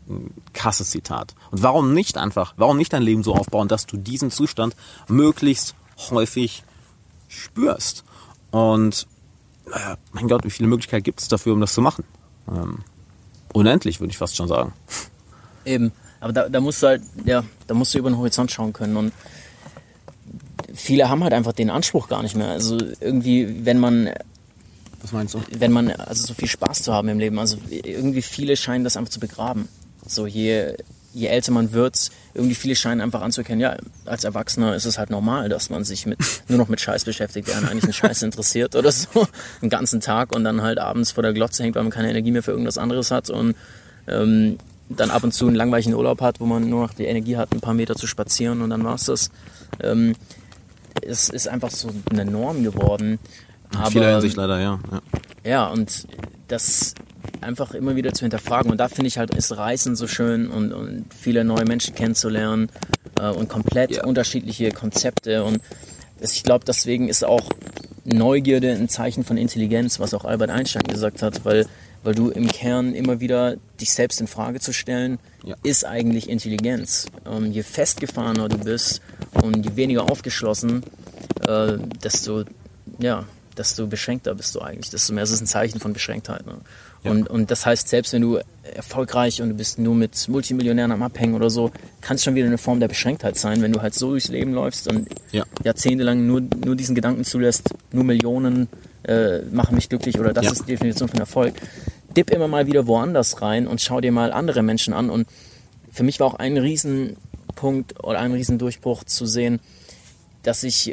ein krasses Zitat. Und warum nicht dein Leben so aufbauen, dass du diesen Zustand möglichst häufig spürst? Und mein Gott, wie viele Möglichkeiten gibt es dafür, um das zu machen? Unendlich, würde ich fast schon sagen. Eben, aber da musst du halt, da musst du über den Horizont schauen können und viele haben halt einfach den Anspruch gar nicht mehr. Also irgendwie, Was meinst du? Also so viel Spaß zu haben im Leben, also irgendwie viele scheinen das einfach zu begraben. So je älter man wird, irgendwie viele scheinen einfach anzuerkennen, ja, als Erwachsener ist es halt normal, dass man sich nur noch mit Scheiß beschäftigt, der einen eigentlich einen Scheiß interessiert oder so, den ganzen Tag und dann halt abends vor der Glotze hängt, weil man keine Energie mehr für irgendwas anderes hat und dann ab und zu einen langweiligen Urlaub hat, wo man nur noch die Energie hat, ein paar Meter zu spazieren und dann war's das. Es ist einfach so eine Norm geworden. In vieler Hinsicht leider, ja. Ja, und das einfach immer wieder zu hinterfragen. Und da finde ich halt, ist Reisen so schön und viele neue Menschen kennenzulernen und komplett unterschiedliche Konzepte. Und ich glaube, deswegen ist auch Neugierde ein Zeichen von Intelligenz, was auch Albert Einstein gesagt hat, weil du im Kern immer wieder dich selbst in Frage zu stellen, ist eigentlich Intelligenz. Je festgefahrener du bist und je weniger aufgeschlossen, desto beschränkter bist du eigentlich. Desto mehr ist es ein Zeichen von Beschränktheit. Ne? Ja. Und das heißt, selbst wenn du erfolgreich und du bist nur mit Multimillionären am Abhängen oder so, kann es schon wieder eine Form der Beschränktheit sein, wenn du halt so durchs Leben läufst und jahrzehntelang nur diesen Gedanken zulässt, nur Millionen machen mich glücklich oder das ist die Definition von Erfolg. Dipp immer mal wieder woanders rein und schau dir mal andere Menschen an. Und für mich war auch ein Riesenpunkt oder ein Riesendurchbruch zu sehen, dass ich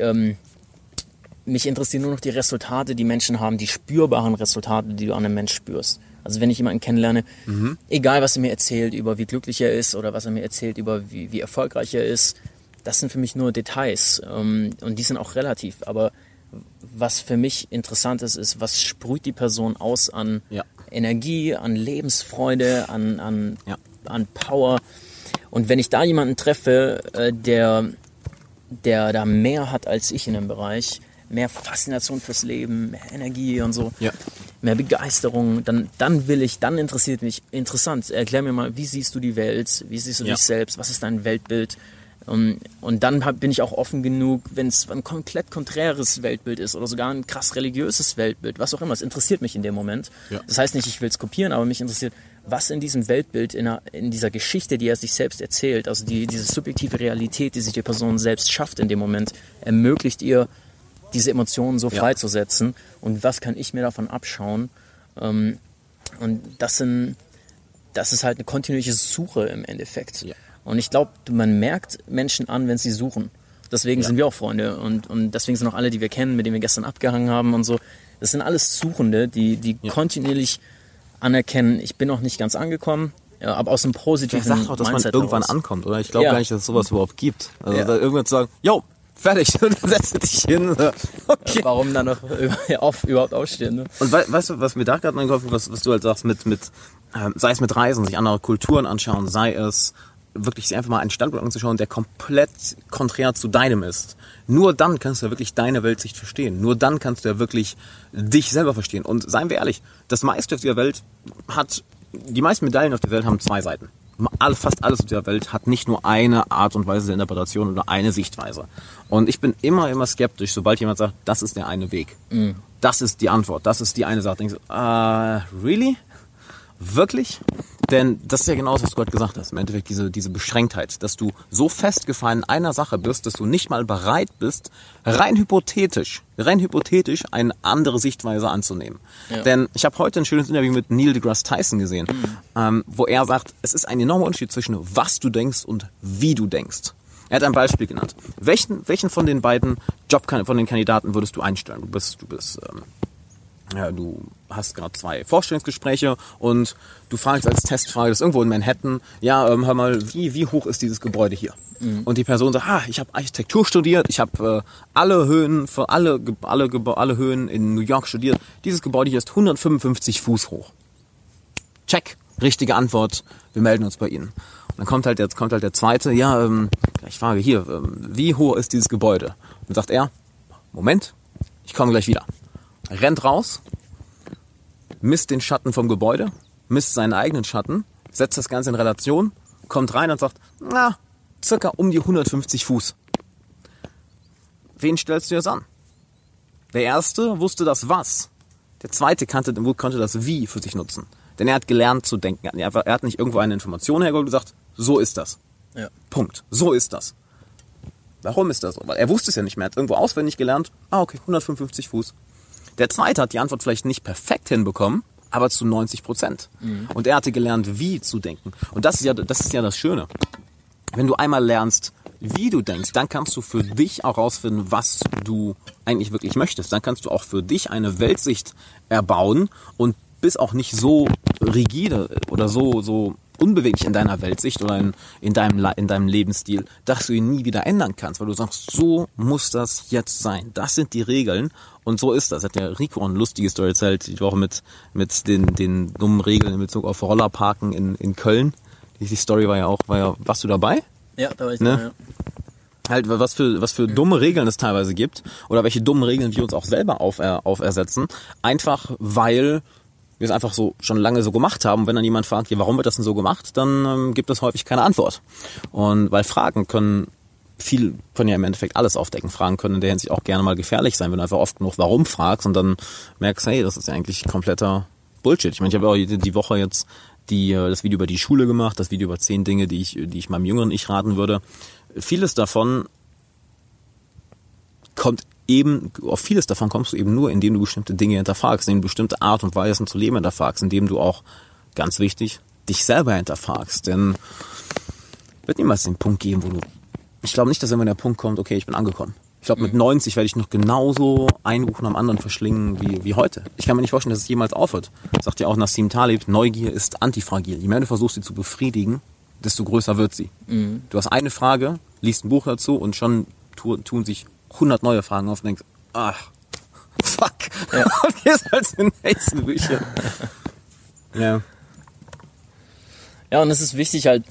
mich interessieren nur noch die Resultate, die Menschen haben, die spürbaren Resultate, die du an einem Mensch spürst. Also wenn ich jemanden kennenlerne, egal was er mir erzählt über wie glücklich er ist oder was er mir erzählt über wie erfolgreich er ist, das sind für mich nur Details und die sind auch relativ. Aber was für mich interessant ist, was sprüht die Person aus an Energie, an Lebensfreude, an Power. Und wenn ich da jemanden treffe, der da mehr hat als ich in dem Bereich, mehr Faszination fürs Leben, mehr Energie und so, mehr Begeisterung, dann interessiert mich, interessant, erklär mir mal, wie siehst du die Welt, wie siehst du dich selbst, was ist dein Weltbild? Und dann bin ich auch offen genug, wenn es ein komplett konträres Weltbild ist oder sogar ein krass religiöses Weltbild, was auch immer, es interessiert mich in dem Moment. Ja. Das heißt nicht, ich will es kopieren, aber mich interessiert, was in diesem Weltbild, in dieser Geschichte, die er sich selbst erzählt, also diese subjektive Realität, die sich die Person selbst schafft in dem Moment, ermöglicht ihr, diese Emotionen so freizusetzen und was kann ich mir davon abschauen. Und das ist halt eine kontinuierliche Suche im Endeffekt. Ja. Und ich glaube, man merkt Menschen an, wenn sie suchen. Deswegen sind wir auch Freunde und deswegen sind auch alle, die wir kennen, mit denen wir gestern abgehangen haben und so, das sind alles Suchende, die kontinuierlich anerkennen, ich bin noch nicht ganz angekommen, aber aus einem positiven Mindset. Ich sag auch, dass man irgendwann ankommt, oder? Ich glaube gar nicht, dass es sowas überhaupt gibt. Also da irgendwann zu sagen, yo, fertig, und dann setzt du dich hin. Okay. Warum dann noch überhaupt aufstehen? Ne? Und weißt du, was mir da gerade in den Kopf kommt, was du halt sagst, sei es mit Reisen, sich andere Kulturen anschauen, sei es wirklich sich einfach mal einen Standpunkt anzuschauen, der komplett konträr zu deinem ist. Nur dann kannst du ja wirklich deine Weltsicht verstehen. Nur dann kannst du ja wirklich dich selber verstehen. Und seien wir ehrlich, die meisten Medaillen auf der Welt haben 2 Seiten. Fast alles auf der Welt hat nicht nur eine Art und Weise der Interpretation oder eine Sichtweise. Und ich bin immer skeptisch, sobald jemand sagt, das ist der eine Weg. Das ist die Antwort, das ist die eine Sache. Denkst du, really? Wirklich? Denn das ist ja genau das, was du gerade gesagt hast. Im Endeffekt diese Beschränktheit, dass du so festgefahren in einer Sache bist, dass du nicht mal bereit bist, rein hypothetisch eine andere Sichtweise anzunehmen. Ja. Denn ich habe heute ein schönes Interview mit Neil deGrasse Tyson gesehen, wo er sagt, es ist ein enormer Unterschied zwischen was du denkst und wie du denkst. Er hat ein Beispiel genannt. Welchen von den beiden von den Kandidaten würdest du einstellen? Du hast gerade 2 Vorstellungsgespräche und du fragst als Testfrage, das ist irgendwo in Manhattan, hör mal, wie hoch ist dieses Gebäude hier? Und die Person sagt, ich habe Architektur studiert, ich habe alle Höhen in New York studiert. Dieses Gebäude hier ist 155 Fuß hoch. Check, richtige Antwort, wir melden uns bei Ihnen. Und dann kommt halt der zweite, ich frage hier, wie hoch ist dieses Gebäude? Und dann sagt er, Moment, ich komme gleich wieder. Rennt raus, misst den Schatten vom Gebäude, misst seinen eigenen Schatten, setzt das Ganze in Relation, kommt rein und sagt, na, circa um die 150 Fuß. Wen stellst du jetzt an? Der erste wusste das Was. Der zweite konnte das Wie für sich nutzen. Denn er hat gelernt zu denken. Er hat nicht irgendwo eine Information hergeholt und gesagt, so ist das. Ja. Punkt. So ist das. Warum ist das so? Weil er wusste es ja nicht mehr. Er hat irgendwo auswendig gelernt. Okay, 155 Fuß. Der zweite hat die Antwort vielleicht nicht perfekt hinbekommen, aber zu 90%. Und er hatte gelernt, wie zu denken. Und das ist ja das Schöne. Wenn du einmal lernst, wie du denkst, dann kannst du für dich auch rausfinden, was du eigentlich wirklich möchtest. Dann kannst du auch für dich eine Weltsicht erbauen und bist auch nicht so rigide oder so unbeweglich in deiner Weltsicht oder in deinem Lebensstil, dass du ihn nie wieder ändern kannst, weil du sagst, so muss das jetzt sein. Das sind die Regeln und so ist das. Hat der Rico eine lustige Story erzählt, die Woche mit den dummen Regeln in Bezug auf Rollerparken in Köln. Die Story warst du dabei? Ja, da war ich ne? dabei, ja. Halt, was für dumme Regeln es teilweise gibt oder welche dummen Regeln wir uns auch selber aufersetzen, einfach weil wir es einfach so schon lange so gemacht haben. Wenn dann jemand fragt, ja, warum wird das denn so gemacht, dann gibt es häufig keine Antwort. Und weil Fragen können ja im Endeffekt alles aufdecken. Fragen können in der Hinsicht auch gerne mal gefährlich sein, wenn du einfach oft genug warum fragst und dann merkst, hey, das ist ja eigentlich kompletter Bullshit. Ich meine, ich habe auch die Woche jetzt das Video über die Schule gemacht, das Video über 10 Dinge, die ich meinem jüngeren Ich raten würde. Vieles davon auf vieles davon kommst du eben nur, indem du bestimmte Dinge hinterfragst, indem du bestimmte Art und Weisen zu leben hinterfragst, indem du auch, ganz wichtig, dich selber hinterfragst. Denn wird niemals den Punkt geben, ich glaube nicht, dass immer der Punkt kommt, okay, ich bin angekommen. Ich glaube, mit 90 werde ich noch genauso ein Buch nach dem anderen verschlingen wie heute. Ich kann mir nicht vorstellen, dass es jemals aufhört. Sagt ja auch Nassim Taleb, Neugier ist antifragil. Je mehr du versuchst, sie zu befriedigen, desto größer wird sie. Mhm. Du hast eine Frage, liest ein Buch dazu und schon tun sich 100 neue Fragen auf und denkst, ach, fuck. Ja. Und gehst halt zu den nächsten Büchern. Ja. Ja, und es ist wichtig halt,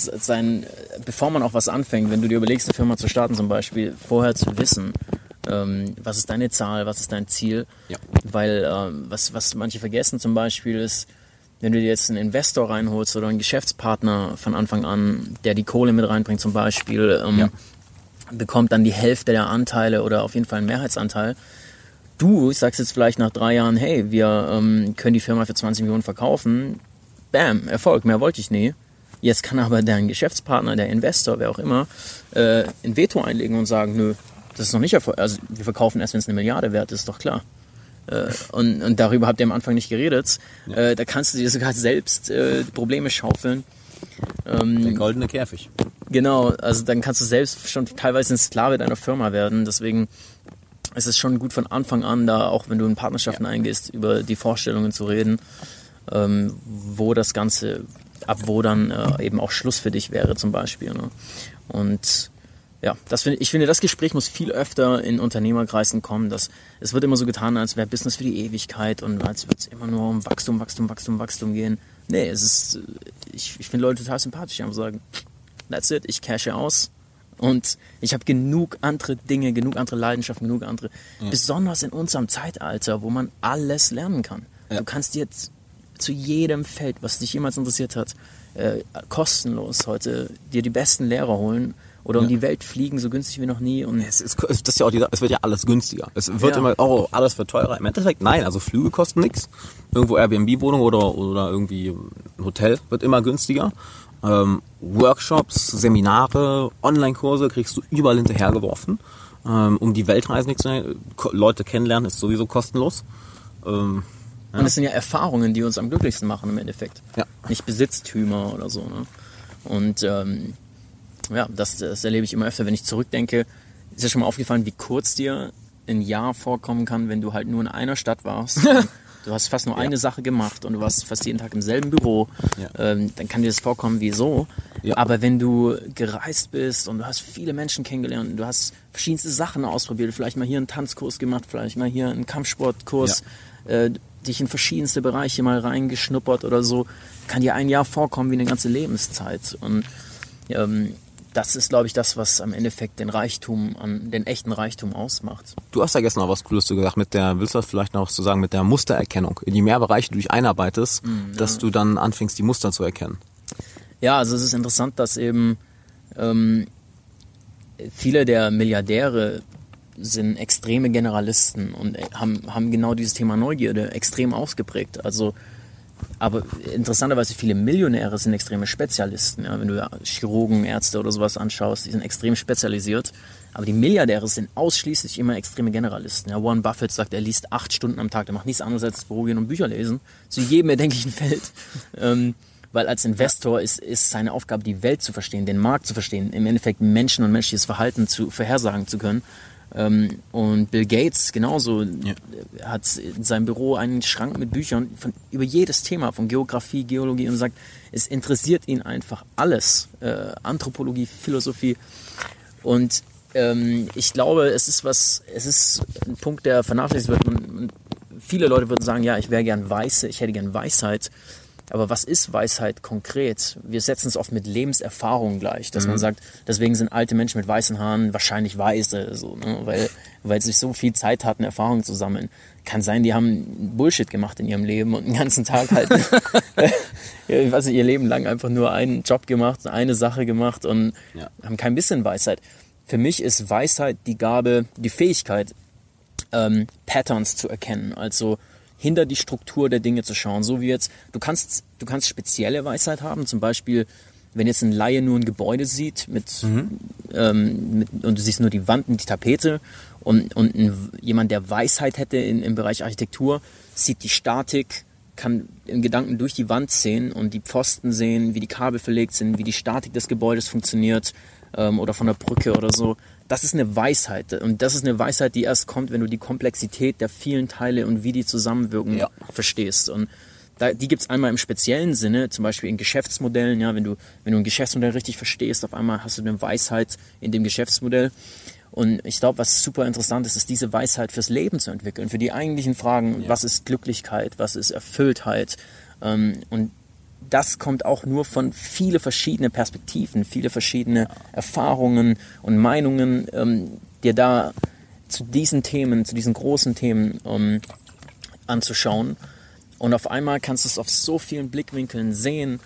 bevor man auch was anfängt, wenn du dir überlegst, eine Firma zu starten zum Beispiel, vorher zu wissen, was ist deine Zahl, was ist dein Ziel. Ja. Weil was manche vergessen zum Beispiel ist, wenn du dir jetzt einen Investor reinholst oder einen Geschäftspartner von Anfang an, der die Kohle mit reinbringt zum Beispiel, bekommt dann die Hälfte der Anteile oder auf jeden Fall einen Mehrheitsanteil. Du sagst jetzt vielleicht nach 3 Jahren, hey, wir können die Firma für 20 Millionen verkaufen. Bam, Erfolg, mehr wollte ich nie. Jetzt kann aber dein Geschäftspartner, der Investor, wer auch immer, ein Veto einlegen und sagen, nö, das ist noch nicht Erfolg. Also wir verkaufen erst, wenn es 1 Milliarde wert ist, doch klar. Und darüber habt ihr am Anfang nicht geredet. Ja. Da kannst du dir sogar selbst Probleme schaufeln. Der goldene Käfig. Genau, also dann kannst du selbst schon teilweise ein Sklave deiner Firma werden. Deswegen ist es schon gut von Anfang an, da auch wenn du in Partnerschaften eingehst, über die Vorstellungen zu reden, wo das Ganze, ab wo dann eben auch Schluss für dich wäre zum Beispiel. Ne? Und ja, ich finde, das Gespräch muss viel öfter in Unternehmerkreisen kommen. Es wird immer so getan, als wäre Business für die Ewigkeit und als würde es immer nur um Wachstum gehen. Nee, ich finde Leute total sympathisch, die einfach sagen, that's it, ich cashe aus und ich habe genug andere Dinge, genug andere Leidenschaften, genug andere, besonders in unserem Zeitalter, wo man alles lernen kann. Ja. Du kannst jetzt zu jedem Feld, was dich jemals interessiert hat, kostenlos heute dir die besten Lehrer holen oder um die Welt fliegen, so günstig wie noch nie. Und es wird ja alles günstiger. Es wird immer, alles wird teurer. Im Endeffekt, nein, also Flüge kosten nichts. Irgendwo Airbnb-Wohnung oder irgendwie ein Hotel wird immer günstiger. Workshops, Seminare, Online-Kurse kriegst du überall hinterhergeworfen. Um die Weltreise nichts zu Leute kennenlernen ist sowieso kostenlos. Und es sind ja Erfahrungen, die uns am glücklichsten machen im Endeffekt. Ja. Nicht Besitztümer oder so. Ne? Und das erlebe ich immer öfter, wenn ich zurückdenke. Ist ja schon mal aufgefallen, wie kurz dir ein Jahr vorkommen kann, wenn du halt nur in einer Stadt warst. Du hast fast nur eine Sache gemacht und du warst fast jeden Tag im selben Büro. Ja. Dann kann dir das vorkommen wie so. Ja. Aber wenn du gereist bist und du hast viele Menschen kennengelernt, du hast verschiedenste Sachen ausprobiert, vielleicht mal hier einen Tanzkurs gemacht, vielleicht mal hier einen Kampfsportkurs, dich in verschiedenste Bereiche mal reingeschnuppert oder so, kann dir ein Jahr vorkommen wie eine ganze Lebenszeit. Und das ist, glaube ich, das, was am Endeffekt den echten Reichtum ausmacht. Du hast ja gestern noch was Cooles gesagt, willst du das vielleicht noch was zu sagen, mit der Mustererkennung. Je mehr Bereiche du dich einarbeitest, dass du dann anfängst, die Muster zu erkennen. Ja, also es ist interessant, dass eben viele der Milliardäre sind extreme Generalisten und haben genau dieses Thema Neugierde extrem ausgeprägt. Also, aber interessanterweise viele Millionäre sind extreme Spezialisten. Ja? Wenn du Chirurgen, Ärzte oder sowas anschaust, die sind extrem spezialisiert. Aber die Milliardäre sind ausschließlich immer extreme Generalisten. Ja? Warren Buffett sagt, er liest 8 Stunden am Tag. Der macht nichts anderes als das Büro gehen und Bücher lesen. Zu jedem erdenklichen Feld. Weil als Investor ist seine Aufgabe, die Welt zu verstehen, den Markt zu verstehen, im Endeffekt Menschen und menschliches Verhalten vorhersagen zu können. Und Bill Gates genauso hat in seinem Büro einen Schrank mit Büchern über jedes Thema, von Geografie, Geologie, und sagt, es interessiert ihn einfach alles. Anthropologie, Philosophie. Und ich glaube, es ist ein Punkt, der vernachlässigt wird. Und viele Leute würden sagen, ja, ich hätte gern Weisheit. Aber was ist Weisheit konkret? Wir setzen es oft mit Lebenserfahrung gleich, dass man sagt, deswegen sind alte Menschen mit weißen Haaren wahrscheinlich weise, so, ne? weil sie so viel Zeit hatten, Erfahrungen zu sammeln. Kann sein, die haben Bullshit gemacht in ihrem Leben und den ganzen Tag halt, ich weiß nicht, ihr Leben lang einfach nur einen Job gemacht, eine Sache gemacht und haben kein bisschen Weisheit. Für mich ist Weisheit die Gabe, die Fähigkeit, Patterns zu erkennen, also hinter die Struktur der Dinge zu schauen. So wie jetzt, du kannst spezielle Weisheit haben, zum Beispiel, wenn jetzt ein Laie nur ein Gebäude sieht und du siehst nur die Wand und die Tapete und jemand, der Weisheit hätte im Bereich Architektur, sieht die Statik, kann im Gedanken durch die Wand sehen und die Pfosten sehen, wie die Kabel verlegt sind, wie die Statik des Gebäudes funktioniert oder von der Brücke oder so. Das ist eine Weisheit. Und das ist eine Weisheit, die erst kommt, wenn du die Komplexität der vielen Teile und wie die zusammenwirken verstehst. Und die gibt es einmal im speziellen Sinne, zum Beispiel in Geschäftsmodellen. Ja, wenn du ein Geschäftsmodell richtig verstehst, auf einmal hast du eine Weisheit in dem Geschäftsmodell. Und ich glaube, was super interessant ist, ist diese Weisheit fürs Leben zu entwickeln, für die eigentlichen Fragen, was ist Glücklichkeit, was ist Erfülltheit. Und das kommt auch nur von viele verschiedene Perspektiven, viele verschiedene Erfahrungen und Meinungen, dir da zu diesen Themen, zu diesen großen Themen anzuschauen. Und auf einmal kannst du es auf so vielen Blickwinkeln sehen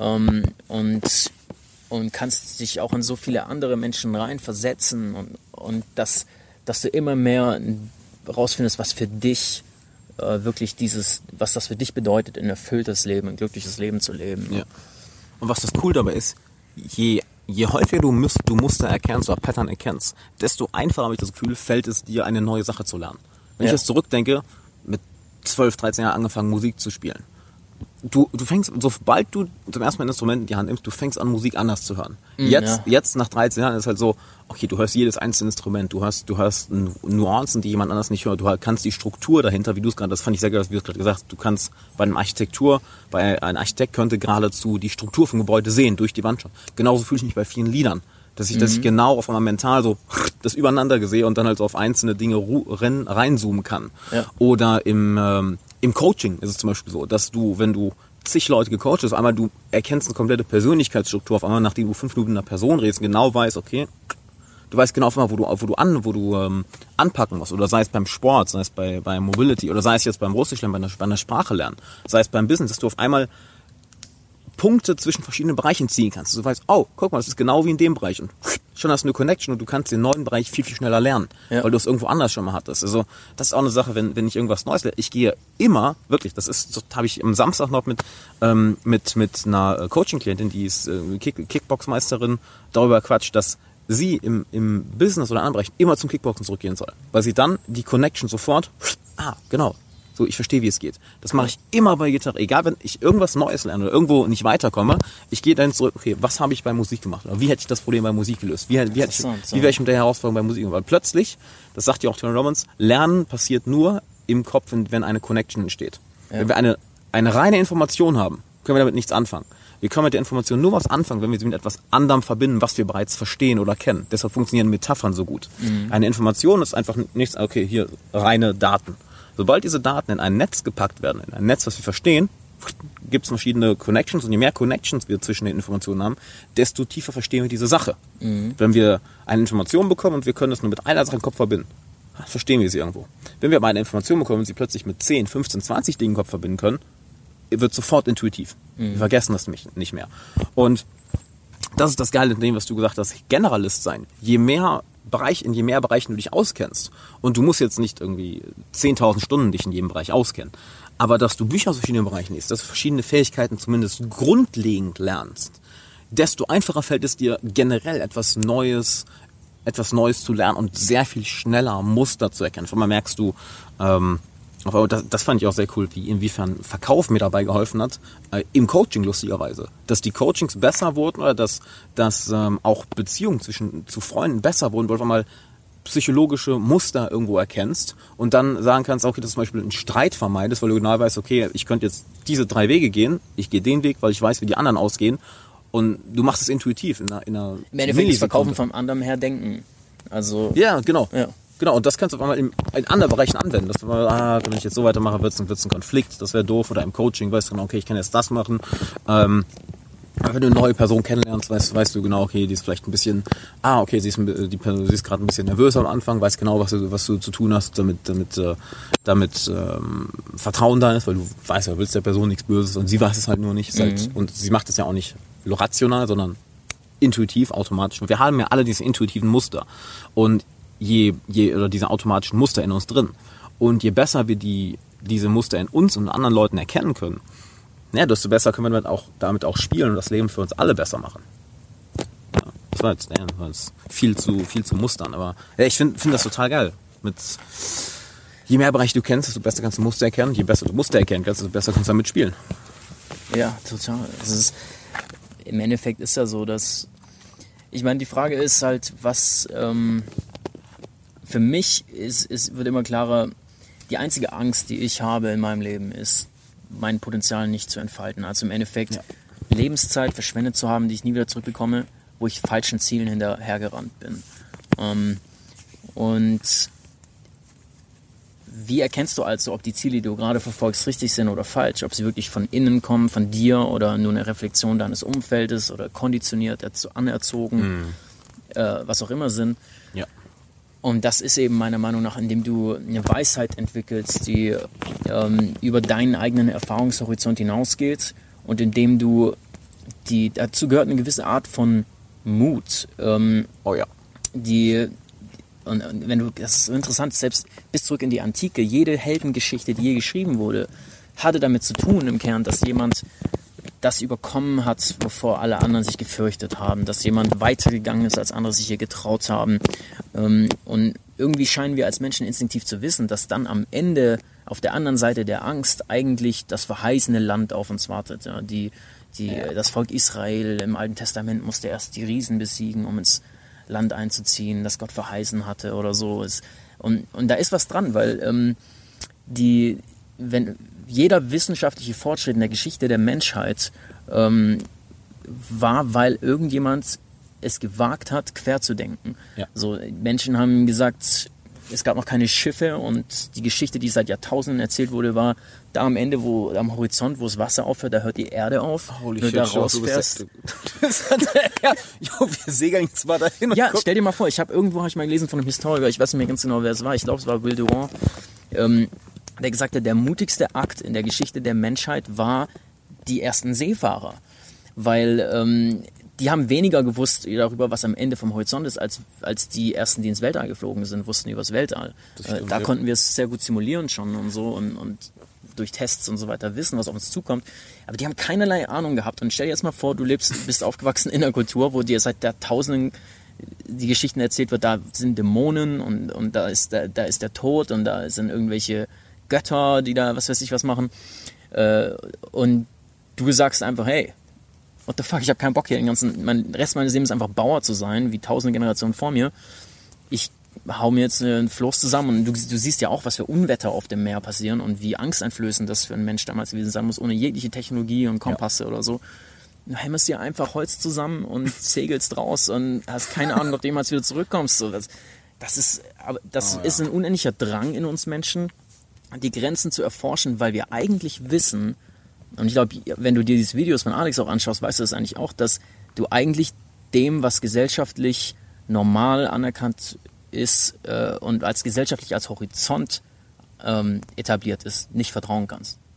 und kannst dich auch in so viele andere Menschen reinversetzen und dass du immer mehr rausfindest, was für dich wirklich was das für dich bedeutet, ein erfülltes Leben, ein glückliches Leben zu leben. Ja. Und was das cool dabei ist, je häufiger du Muster erkennst oder Pattern erkennst, desto einfacher, habe ich das Gefühl, fällt es dir, eine neue Sache zu lernen. Wenn ich jetzt zurückdenke, mit 12, 13 Jahren angefangen, Musik zu spielen. Du fängst, sobald du zum ersten Mal ein Instrument in die Hand nimmst, du fängst an, Musik anders zu hören. Jetzt nach 13 Jahren ist es halt so, okay, du hörst jedes einzelne Instrument, du hörst Nuancen, die jemand anders nicht hört, du kannst die Struktur dahinter, wie du es gerade, das fand ich sehr geil, wie du es gerade gesagt hast, du kannst ein Architekt könnte geradezu die Struktur vom Gebäude sehen, durch die Wand schauen. Genauso fühle ich mich bei vielen Liedern, dass ich genau auf einmal mental so das übereinander sehe und dann halt so auf einzelne Dinge reinzoomen kann. Ja. Oder im Coaching ist es zum Beispiel so, dass wenn du zig Leute gecoacht hast, einmal du erkennst eine komplette Persönlichkeitsstruktur, auf einmal, nachdem du 5 Minuten mit einer Person redest, genau weißt, okay, du weißt genau auf einmal, wo du anpacken musst, oder sei es beim Sport, sei es bei Mobility, oder sei es jetzt beim Russisch lernen, bei einer Sprache lernen, sei es beim Business, dass du auf einmal Punkte zwischen verschiedenen Bereichen ziehen kannst. Du weißt, oh, guck mal, das ist genau wie in dem Bereich. Und schon hast du eine Connection und du kannst den neuen Bereich viel, viel schneller lernen, weil du es irgendwo anders schon mal hattest. Also das ist auch eine Sache, wenn ich irgendwas Neues lerne. Ich gehe immer, wirklich, das habe ich am Samstag noch mit einer Coaching-Klientin, die ist Kickbox-Meisterin, darüber quatscht, dass sie im Business oder anderen Bereich immer zum Kickboxen zurückgehen soll. Weil sie dann die Connection sofort, genau, so, ich verstehe, wie es geht. Das mache ich immer bei Gitarre. Egal, wenn ich irgendwas Neues lerne oder irgendwo nicht weiterkomme, ich gehe dann zurück, okay, was habe ich bei Musik gemacht? Oder wie hätte ich das Problem bei Musik gelöst? Wie wäre ich mit der Herausforderung bei Musik? Weil plötzlich, das sagt ja auch Tony Robbins, Lernen passiert nur im Kopf, wenn eine Connection entsteht. Ja. Wenn wir eine reine Information haben, können wir damit nichts anfangen. Wir können mit der Information nur was anfangen, wenn wir sie mit etwas anderem verbinden, was wir bereits verstehen oder kennen. Deshalb funktionieren Metaphern so gut. Eine Information ist einfach nichts, okay, hier reine Daten. Sobald diese Daten in ein Netz gepackt werden, in ein Netz, was wir verstehen, gibt es verschiedene Connections. Und je mehr Connections wir zwischen den Informationen haben, desto tiefer verstehen wir diese Sache. Wenn wir eine Information bekommen und wir können das nur mit einer Sache im Kopf verbinden, verstehen wir sie irgendwo. Wenn wir aber eine Information bekommen und sie plötzlich mit 10, 15, 20 Dingen im Kopf verbinden können, wird sofort intuitiv. Wir vergessen das nicht mehr. Und das ist das Geile in dem, was du gesagt hast, Generalist sein. In je mehr Bereichen du dich auskennst, und du musst jetzt nicht irgendwie 10.000 Stunden dich in jedem Bereich auskennen, aber dass du Bücher aus verschiedenen Bereichen liest, dass du verschiedene Fähigkeiten zumindest grundlegend lernst, desto einfacher fällt es dir generell etwas Neues zu lernen und sehr viel schneller Muster zu erkennen. Von mal merkst du, das fand ich auch sehr cool, inwiefern Verkauf mir dabei geholfen hat, im Coaching lustigerweise. Dass die Coachings besser wurden oder dass auch Beziehungen zu Freunden besser wurden, weil du mal psychologische Muster irgendwo erkennst und dann sagen kannst, okay, dass du zum Beispiel einen Streit vermeidest, weil du genau weißt, okay, ich könnte jetzt diese 3 Wege gehen, ich gehe den Weg, weil ich weiß, wie die anderen ausgehen, und du machst es intuitiv in einer im Endeffekt das Verkaufen vom anderen her denken. Also ja, genau. Ja. Genau, und das kannst du auf einmal in anderen Bereichen anwenden. Dass du mal, wenn ich jetzt so weitermache, wird's ein Konflikt, das wäre doof. Oder im Coaching weißt du genau, okay, ich kann jetzt das machen. Aber wenn du eine neue Person kennenlernst, weißt du genau, okay, die ist vielleicht ein bisschen, sie ist gerade ein bisschen nervös am Anfang, weißt genau, was du zu tun hast, damit Vertrauen da ist, weil du weißt, du willst der Person nichts Böses und sie weiß es halt nur nicht. Und sie macht es ja auch nicht rational, sondern intuitiv, automatisch. Und wir haben ja alle diese intuitiven Muster. Und oder diese automatischen Muster in uns drin. Und je besser wir diese Muster in uns und anderen Leuten erkennen können, desto besser können wir damit auch spielen und das Leben für uns alle besser machen. Ja, das war jetzt viel zu Mustern, aber ich finde das total geil. Je mehr Bereich du kennst, desto besser kannst du Muster erkennen. Je besser du Muster erkennen kannst, desto besser kannst du damit spielen. Ja, total. Im Endeffekt ist ja so, dass ich meine, die Frage ist halt, was für mich wird immer klarer, die einzige Angst, die ich habe in meinem Leben, ist, mein Potenzial nicht zu entfalten. Also im Endeffekt Lebenszeit verschwendet zu haben, die ich nie wieder zurückbekomme, wo ich falschen Zielen hinterhergerannt bin. Und wie erkennst du also, ob die Ziele, die du gerade verfolgst, richtig sind oder falsch? Ob sie wirklich von innen kommen, von dir, oder nur eine Reflexion deines Umfeldes oder konditioniert, anerzogen, was auch immer sind. Ja. Und das ist eben meiner Meinung nach, indem du eine Weisheit entwickelst, die über deinen eigenen Erfahrungshorizont hinausgeht, und indem du dazu gehört eine gewisse Art von Mut. Und wenn du, das ist so interessant, selbst bis zurück in die Antike, jede Heldengeschichte, die je geschrieben wurde, hatte damit zu tun im Kern, dass jemand das überkommen hat, wovor alle anderen sich gefürchtet haben, dass jemand weitergegangen ist, als andere sich hier getraut haben. Und irgendwie scheinen wir als Menschen instinktiv zu wissen, dass dann am Ende auf der anderen Seite der Angst eigentlich das verheißene Land auf uns wartet. Ja, das Volk Israel im Alten Testament musste erst die Riesen besiegen, um ins Land einzuziehen, das Gott verheißen hatte oder so. Und da ist was dran, weil wenn jeder wissenschaftliche Fortschritt in der Geschichte der Menschheit war, weil irgendjemand es gewagt hat, quer zu denken. Ja. So, Menschen haben gesagt, es gab noch keine Schiffe, und die Geschichte, die seit Jahrtausenden erzählt wurde, war da am Ende, am Horizont, wo das Wasser aufhört, da hört die Erde auf. Holy shit, da rausfährst. Wir segeln zwar dahin. Ja, stell dir mal vor, ich habe mal gelesen von einem Historiker, ich weiß nicht mehr ganz genau, wer es war, ich glaube, es war Will Durant, der gesagt hat, der mutigste Akt in der Geschichte der Menschheit war die ersten Seefahrer. Weil die haben weniger gewusst darüber, was am Ende vom Horizont ist, als die ersten, die ins Weltall geflogen sind, wussten über das Weltall. Da konnten wir es sehr gut simulieren schon und so und durch Tests und so weiter wissen, was auf uns zukommt. Aber die haben keinerlei Ahnung gehabt. Und stell dir jetzt mal vor, du bist aufgewachsen in einer Kultur, wo dir seit Jahrtausenden die Geschichten erzählt wird, da sind Dämonen und da ist der Tod und da sind irgendwelche Götter, die da was weiß ich was machen. Und du sagst einfach, hey, what the fuck, ich habe keinen Bock hier, mein Rest meines Lebens einfach Bauer zu sein, wie tausende Generationen vor mir. Ich hau mir jetzt einen Floß zusammen, und du siehst ja auch, was für Unwetter auf dem Meer passieren und wie angsteinflößend das für einen Mensch damals gewesen sein muss, ohne jegliche Technologie und Kompasse oder so. Du hämmerst dir einfach Holz zusammen und segelst raus und hast keine Ahnung, ob du jemals wieder zurückkommst. So, das ist ein unendlicher Drang in uns Menschen, die Grenzen zu erforschen, weil wir eigentlich wissen, und ich glaube, wenn du dir diese Videos von Alex auch anschaust, weißt du das eigentlich auch, dass du eigentlich dem, was gesellschaftlich normal anerkannt ist und als gesellschaftlich als Horizont etabliert ist, nicht vertrauen kannst.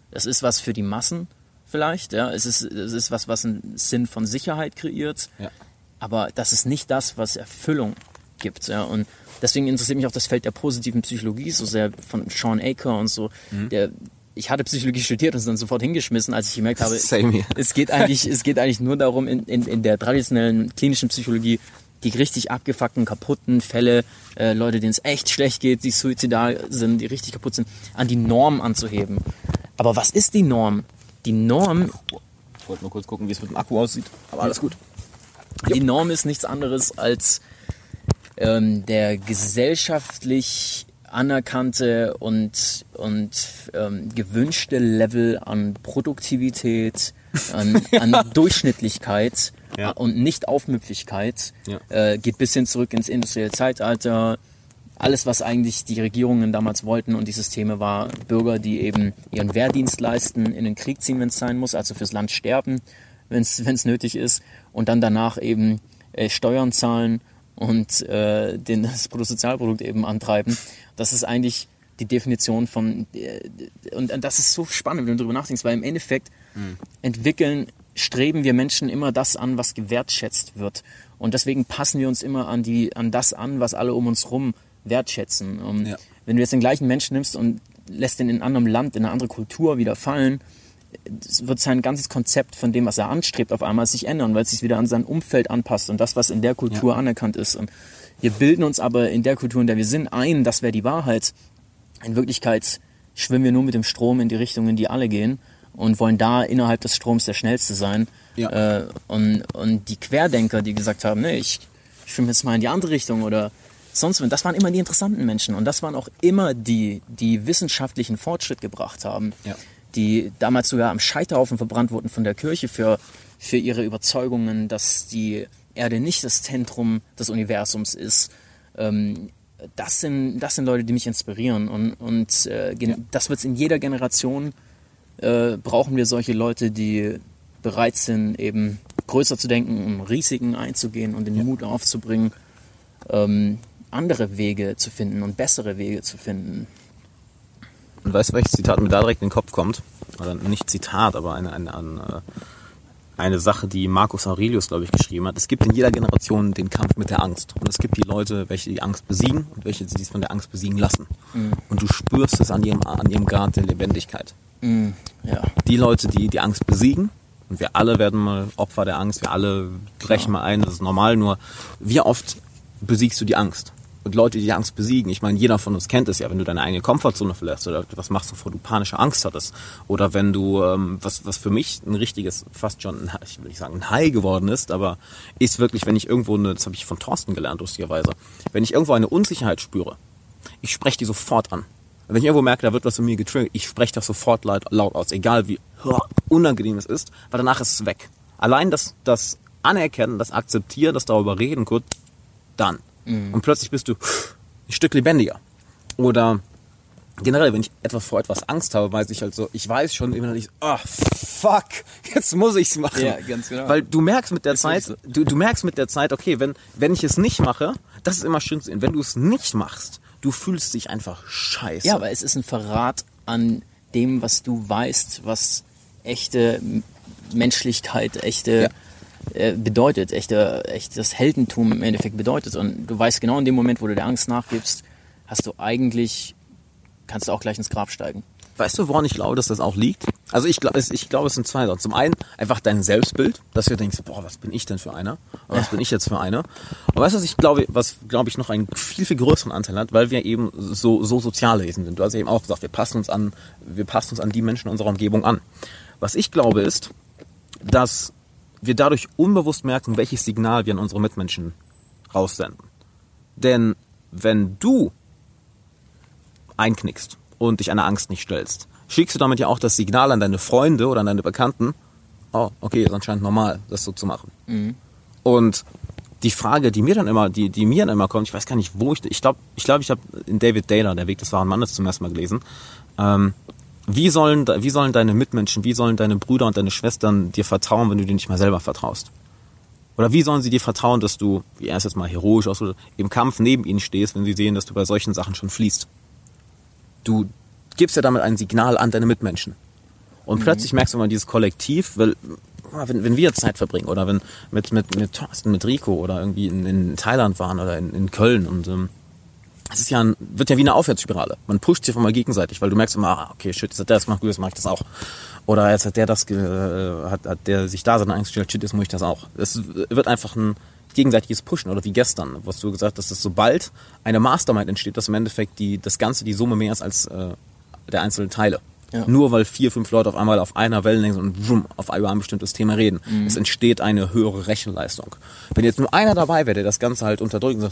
Das ist was für die Massen vielleicht, ja. Es ist was einen Sinn von Sicherheit kreiert. Ja. Aber das ist nicht das, was Erfüllung gibt, ja. Und deswegen interessiert mich auch das Feld der positiven Psychologie so sehr von Sean Aker und so. Ich hatte Psychologie studiert und es dann sofort hingeschmissen, als ich gemerkt habe, es geht eigentlich nur darum, in der traditionellen klinischen Psychologie die richtig abgefuckten, kaputten Fälle, Leute, denen es echt schlecht geht, die suizidal sind, die richtig kaputt sind, an die Norm anzuheben. Aber was ist die Norm? Die Norm... Ich wollte nur kurz gucken, wie es mit dem Akku aussieht, aber alles gut. Die Norm ist nichts anderes als der gesellschaftlich anerkannte und gewünschte Level an Produktivität, an Durchschnittlichkeit und Nicht-Aufmüpfigkeit, geht bis hin zurück ins industrielle Zeitalter. Alles, was eigentlich die Regierungen damals wollten und die Systeme war, Bürger, die eben ihren Wehrdienst leisten, in den Krieg ziehen, wenn es sein muss, also fürs Land sterben, wenn es nötig ist, und dann danach eben Steuern zahlen und das Bruttosozialprodukt eben antreiben. Das ist eigentlich die Definition von, und das ist so spannend, wenn du darüber nachdenkst, weil im Endeffekt streben wir Menschen immer das an, was gewertschätzt wird. Und deswegen passen wir uns immer an das an, was alle um uns rum wertschätzen. Wenn du jetzt den gleichen Menschen nimmst und lässt ihn in einem anderen Land, in eine andere Kultur wieder fallen, wird sein ganzes Konzept von dem, was er anstrebt, auf einmal sich ändern, weil es sich wieder an sein Umfeld anpasst und das, was in der Kultur anerkannt ist. Und wir bilden uns aber in der Kultur, in der wir sind, ein, das wäre die Wahrheit. In Wirklichkeit schwimmen wir nur mit dem Strom in die Richtung, in die alle gehen und wollen da innerhalb des Stroms der Schnellste sein. Und die Querdenker, die gesagt haben, nee, ich schwimme jetzt mal in die andere Richtung oder sonst was, das waren immer die interessanten Menschen und das waren auch immer die wissenschaftlichen Fortschritt gebracht haben. Die damals sogar am Scheiterhaufen verbrannt wurden von der Kirche für ihre Überzeugungen, dass die Erde nicht das Zentrum des Universums ist. Das sind Leute, die mich inspirieren und das wird es in jeder Generation, brauchen wir solche Leute, die bereit sind, eben größer zu denken, um Risiken einzugehen und den Mut aufzubringen, andere Wege zu finden und bessere Wege zu finden. Und weißt du, welches Zitat mir da direkt in den Kopf kommt? Oder nicht Zitat, aber eine Sache, die Marcus Aurelius, glaube ich, geschrieben hat. Es gibt in jeder Generation den Kampf mit der Angst. Und es gibt die Leute, welche die Angst besiegen und welche sie von der Angst besiegen lassen. Und du spürst es an ihrem Grad der Lebendigkeit. Die Leute, die die Angst besiegen, und wir alle werden mal Opfer der Angst, wir alle brechen mal ein, das ist normal, nur wie oft besiegst du die Angst? Und Leute, die Angst besiegen, ich meine, jeder von uns kennt es ja, wenn du deine eigene Komfortzone verlässt oder was machst du, bevor du panische Angst hattest. Oder wenn du, was für mich ein richtiges, fast schon, ich will nicht sagen ein High geworden ist, aber ist wirklich, wenn ich irgendwo, das habe ich von Thorsten gelernt, lustigerweise, wenn ich irgendwo eine Unsicherheit spüre, ich spreche die sofort an. Wenn ich irgendwo merke, da wird was von mir getriggert, ich spreche das sofort laut aus, egal wie unangenehm es ist, weil danach ist es weg. Allein das Anerkennen, das Akzeptieren, das darüber reden, kurz, dann. Und plötzlich bist du ein Stück lebendiger. Oder generell, wenn ich vor etwas Angst habe, weiß ich halt so, ich weiß schon innerlich, fuck, jetzt muss ich's machen. Ja, ganz genau. Weil du merkst mit der Zeit, du merkst mit der Zeit, okay, wenn ich es nicht mache, das ist immer schön zu sehen. Wenn du es nicht machst, du fühlst dich einfach scheiße. Ja, aber es ist ein Verrat an dem, was du weißt, was echte Menschlichkeit, bedeutet, echtes Heldentum im Endeffekt bedeutet. Und du weißt genau, in dem Moment, wo du der Angst nachgibst, kannst du auch gleich ins Grab steigen. Weißt du, woran ich glaube, dass das auch liegt? Also ich glaube, es sind zwei Sachen. Zum einen einfach dein Selbstbild, dass du denkst, boah, was bin ich denn für einer? Oder was bin ich jetzt für einer? Und weißt du, was glaube ich noch einen viel, viel größeren Anteil hat, weil wir eben so soziale Wesen sind. Du hast ja eben auch gesagt, wir passen uns an die Menschen in unserer Umgebung an. Was ich glaube ist, dass wir dadurch unbewusst merken, welches Signal wir an unsere Mitmenschen raussenden. Denn wenn du einknickst und dich einer Angst nicht stellst, schickst du damit ja auch das Signal an deine Freunde oder an deine Bekannten, oh, okay, ist anscheinend normal, das so zu machen. Und die Frage, die mir dann immer kommt, ich weiß gar nicht, wo ich glaube, ich habe in David Taylor, Der Weg des wahren Mannes, zum ersten Mal gelesen, wie sollen deine Mitmenschen, wie sollen deine Brüder und deine Schwestern dir vertrauen, wenn du dir nicht mal selber vertraust? Oder wie sollen sie dir vertrauen, dass du, wie er es jetzt mal heroisch ausdrückt, im Kampf neben ihnen stehst, wenn sie sehen, dass du bei solchen Sachen schon fließt? Du gibst ja damit ein Signal an deine Mitmenschen. Und plötzlich merkst du mal dieses Kollektiv, weil wenn wir Zeit verbringen oder wenn mit Thorsten, mit Rico oder irgendwie in Thailand waren oder in Köln und es ist wird ja wie eine Aufwärtsspirale. Man pusht sich einfach mal gegenseitig, weil du merkst immer, okay, shit, jetzt hat der das gemacht, gut, jetzt mach ich das auch. Oder jetzt hat der hat der sich da seine eingestellt, shit, jetzt muss ich das auch. Es wird einfach ein gegenseitiges Pushen oder wie gestern, was du gesagt hast, dass sobald eine Mastermind entsteht, dass im Endeffekt das Ganze die Summe mehr ist als der einzelnen Teile. Ja. Nur weil 4, 5 Leute auf einmal auf einer Wellenlänge sind und wumm, über ein bestimmtes Thema reden. Es entsteht eine höhere Rechenleistung. Wenn jetzt nur einer dabei wäre, der das Ganze halt unterdrückt und sagt,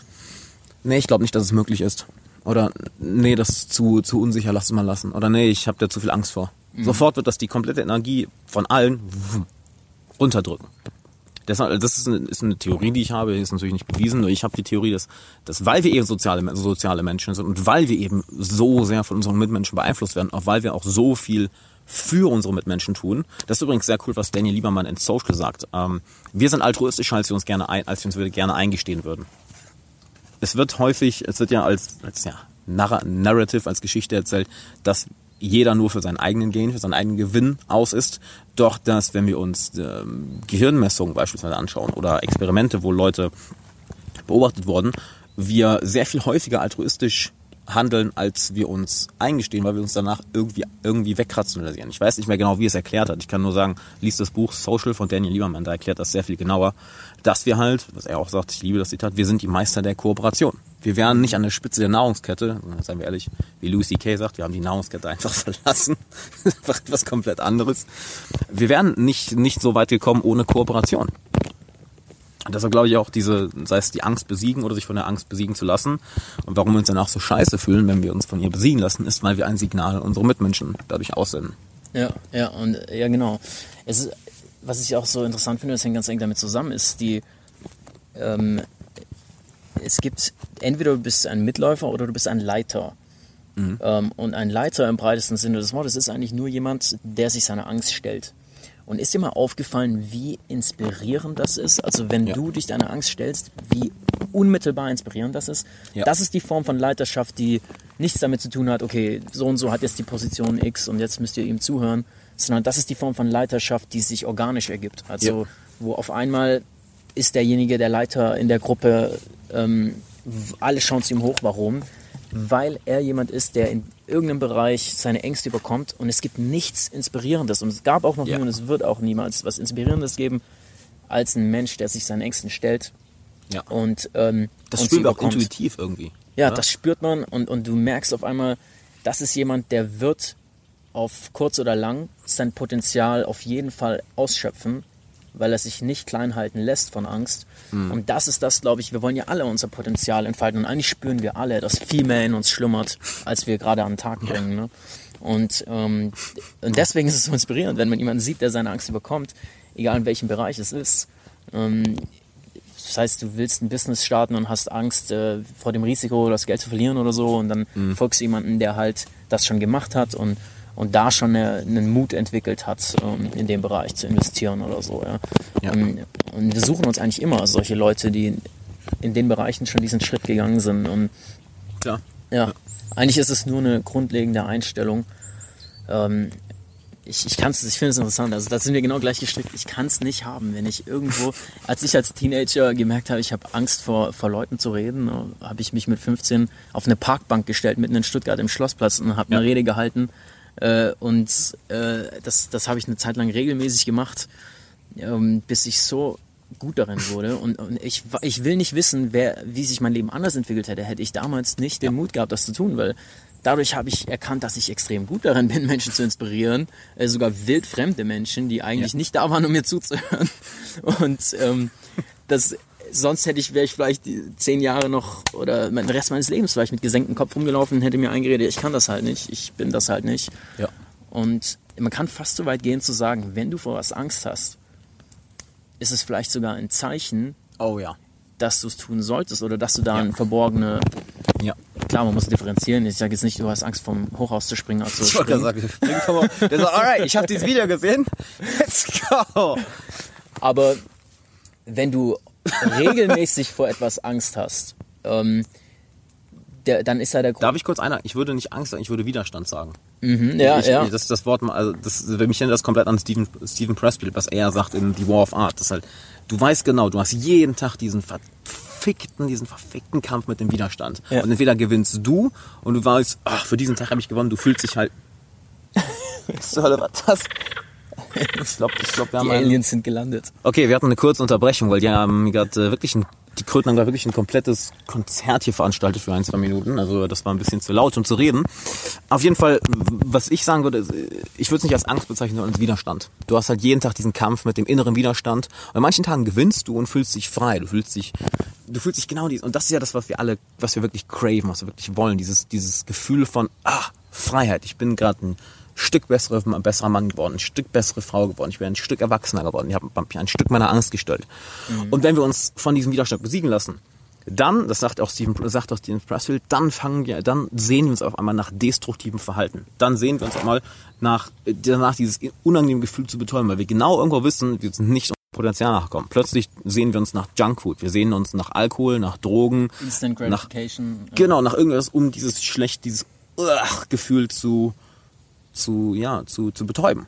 nee, ich glaube nicht, dass es möglich ist. Oder nee, das ist zu unsicher, lass es mal lassen. Oder nee, ich habe da zu viel Angst vor. Sofort wird das die komplette Energie von allen runterdrücken. Das ist eine Theorie, die ich habe, die ist natürlich nicht bewiesen, nur ich habe die Theorie, dass weil wir eben soziale Menschen sind und weil wir eben so sehr von unseren Mitmenschen beeinflusst werden, auch weil wir auch so viel für unsere Mitmenschen tun. Das ist übrigens sehr cool, was Daniel Lieberman in Social sagt. Wir sind altruistischer, als wir uns gerne eingestehen würden. Es wird ja als Narrative, als Geschichte erzählt, dass jeder nur für seinen eigenen Gain, für seinen eigenen Gewinn aus ist. Doch dass, wenn wir uns Gehirnmessungen beispielsweise anschauen oder Experimente, wo Leute beobachtet wurden, wir sehr viel häufiger altruistisch handeln, als wir uns eingestehen, weil wir uns danach irgendwie wegrationalisieren. Ich weiß nicht mehr genau, wie es erklärt hat. Ich kann nur sagen, lies das Buch Social von Daniel Lieberman, da erklärt das sehr viel genauer, dass wir halt, was er auch sagt, ich liebe das Zitat, wir sind die Meister der Kooperation. Wir wären nicht an der Spitze der Nahrungskette, seien wir ehrlich, wie Louis C.K. sagt, wir haben die Nahrungskette einfach verlassen. Einfach etwas komplett anderes. Wir wären nicht so weit gekommen ohne Kooperation. Und deshalb glaube ich auch sei es die Angst besiegen oder sich von der Angst besiegen zu lassen. Und warum wir uns dann auch so scheiße fühlen, wenn wir uns von ihr besiegen lassen, ist, weil wir ein Signal unserer Mitmenschen dadurch aussenden. Ja, genau. Was ich auch so interessant finde, das hängt ganz eng damit zusammen, ist es gibt, entweder du bist ein Mitläufer oder du bist ein Leiter. Und ein Leiter im breitesten Sinne des Wortes ist eigentlich nur jemand, der sich seiner Angst stellt. Und ist dir mal aufgefallen, wie inspirierend das ist? Also wenn du dich deiner Angst stellst, wie unmittelbar inspirierend das ist? Ja. Das ist die Form von Leiterschaft, die nichts damit zu tun hat, okay, so und so hat jetzt die Position X und jetzt müsst ihr ihm zuhören, sondern das ist die Form von Leiterschaft, die sich organisch ergibt. Also wo auf einmal ist derjenige der Leiter in der Gruppe, alle schauen zu ihm hoch. Warum? Weil er jemand ist, der in irgendeinem Bereich seine Ängste überkommt und es gibt nichts Inspirierendes und es gab auch noch nie und es wird auch niemals was Inspirierendes geben als ein Mensch, der sich seinen Ängsten stellt. Ja. Und das spürt man auch intuitiv irgendwie. Ja, oder? Das spürt man und du merkst auf einmal, das ist jemand, der wird auf kurz oder lang sein Potenzial auf jeden Fall ausschöpfen, weil er sich nicht klein halten lässt von Angst. Und das ist das, glaube ich, wir wollen ja alle unser Potenzial entfalten und eigentlich spüren wir alle, dass viel mehr in uns schlummert, als wir gerade an den Tag bringen. Ne? Und deswegen ist es so inspirierend, wenn man jemanden sieht, der seine Angst überkommt, egal in welchem Bereich es ist. Das heißt, du willst ein Business starten und hast Angst vor dem Risiko, das Geld zu verlieren oder so und dann folgst du jemanden, der halt das schon gemacht hat und da schon einen Mut entwickelt hat, in dem Bereich zu investieren oder so. Ja. Und wir suchen uns eigentlich immer solche Leute, die in den Bereichen schon diesen Schritt gegangen sind. Und eigentlich ist es nur eine grundlegende Einstellung. Ich finde es interessant, also da sind wir genau gleich gestrickt. Ich kann es nicht haben, wenn ich irgendwo, als ich als Teenager gemerkt habe, ich habe Angst vor Leuten zu reden, habe ich mich mit 15 auf eine Parkbank gestellt, mitten in Stuttgart im Schlossplatz und habe eine Rede gehalten. Das habe ich eine Zeit lang regelmäßig gemacht, bis ich so gut darin wurde. Und ich will nicht wissen, wie sich mein Leben anders entwickelt hätte ich damals nicht den Mut gehabt, das zu tun, weil dadurch habe ich erkannt, dass ich extrem gut darin bin, Menschen zu inspirieren, sogar wildfremde Menschen, die eigentlich nicht da waren, um mir zuzuhören. Und sonst wäre ich vielleicht 10 Jahre noch oder den Rest meines Lebens vielleicht mit gesenktem Kopf rumgelaufen und hätte mir eingeredet, ich kann das halt nicht, ich bin das halt nicht. Ja. Und man kann fast so weit gehen zu sagen, wenn du vor was Angst hast, ist es vielleicht sogar ein Zeichen, dass du es tun solltest oder dass du da ein verborgene... Ja. Klar, man muss differenzieren. Ich sage jetzt nicht, du hast Angst, vom Hochhaus zu springen. Also ich wollte sagen, der sagt, alright, ich habe dieses Video gesehen, let's go. Aber wenn du regelmäßig vor etwas Angst hast, dann ist da der Grund... Darf ich kurz ich würde nicht Angst sagen, ich würde Widerstand sagen. Das ist das Wort, also mich erinnert das komplett an Steven Pressfield, was er sagt in The War of Art. Das ist halt, du weißt genau, du hast jeden Tag diesen verfickten Kampf mit dem Widerstand. Ja. Und entweder gewinnst du und du weißt, für diesen Tag habe ich gewonnen, du fühlst dich halt... Was zur Hölle war das? Ich glaube, wir haben... Die Aliens sind gelandet. Okay, wir hatten eine kurze Unterbrechung, weil die haben gerade die Kröten haben da wirklich ein komplettes Konzert hier veranstaltet für 1-2 Minuten. Also das war ein bisschen zu laut, um zu reden. Auf jeden Fall, was ich sagen würde, ich würde es nicht als Angst bezeichnen, sondern als Widerstand. Du hast halt jeden Tag diesen Kampf mit dem inneren Widerstand. Und an manchen Tagen gewinnst du und fühlst dich frei. Du fühlst dich genau dies. Und das ist ja das, was wir wirklich craven, was wir wirklich wollen. Dieses Gefühl von, Freiheit. Ich bin gerade ein Stück besserer Mann geworden, ein Stück bessere Frau geworden, ich bin ein Stück erwachsener geworden, ich habe ein Stück meiner Angst gestellt. Und wenn wir uns von diesem Widerstand besiegen lassen, dann, das sagt auch Steven Pressfield, dann sehen wir uns auf einmal nach destruktivem Verhalten. Dann sehen wir uns auch mal danach dieses unangenehme Gefühl zu betäuben, weil wir genau irgendwo wissen, wir sind nicht unserem Potenzial nachkommen. Plötzlich sehen wir uns nach Junkfood, wir sehen uns nach Alkohol, nach Drogen, Instant Gratification. Nach irgendwas, um dieses Gefühl zu betäuben.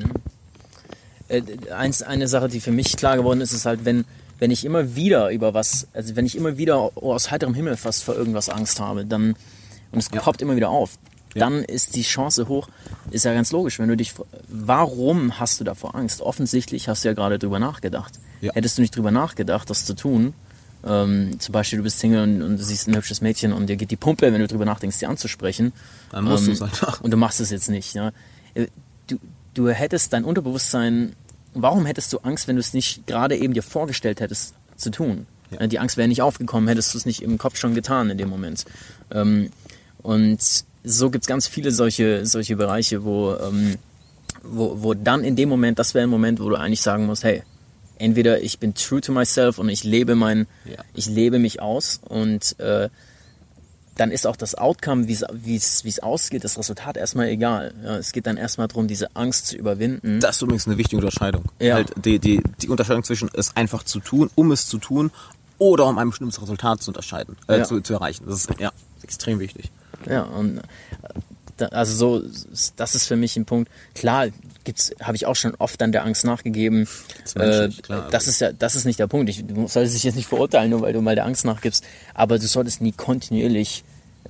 Eine Sache, die für mich klar geworden ist, ist halt, wenn ich immer wieder wenn ich immer wieder aus heiterem Himmel fast vor irgendwas Angst habe, und es poppt immer wieder auf, dann ist die Chance hoch, ist ja ganz logisch, warum hast du davor Angst? Offensichtlich hast du ja gerade drüber nachgedacht. Ja. Hättest du nicht drüber nachgedacht, das zu tun, zum Beispiel, du bist Single und du siehst ein hübsches Mädchen und dir geht die Pumpe, wenn du drüber nachdenkst, sie anzusprechen. Dann musst du es halt machen. Und du machst es jetzt nicht. Ja. Du hättest dein Unterbewusstsein, warum hättest du Angst, wenn du es nicht gerade eben dir vorgestellt hättest zu tun? Ja. Die Angst wäre nicht aufgekommen, hättest du es nicht im Kopf schon getan in dem Moment. Und so gibt es ganz viele solche Bereiche, wo dann in dem Moment, das wäre ein Moment, wo du eigentlich sagen musst, hey, entweder ich bin true to myself und ich lebe mich aus und dann ist auch das Outcome, wie es ausgeht, das Resultat erstmal egal. Ja, es geht dann erstmal darum, diese Angst zu überwinden. Das ist übrigens eine wichtige Unterscheidung. Ja. Halt die Unterscheidung zwischen es einfach zu tun, um es zu tun, oder um ein bestimmtes Resultat zu erreichen. Das ist extrem wichtig. Ja, und das ist für mich ein Punkt. Klar, habe ich auch schon oft an der Angst nachgegeben. Das ist nicht der Punkt. Du solltest dich jetzt nicht verurteilen, nur weil du mal der Angst nachgibst. Aber du solltest nie kontinuierlich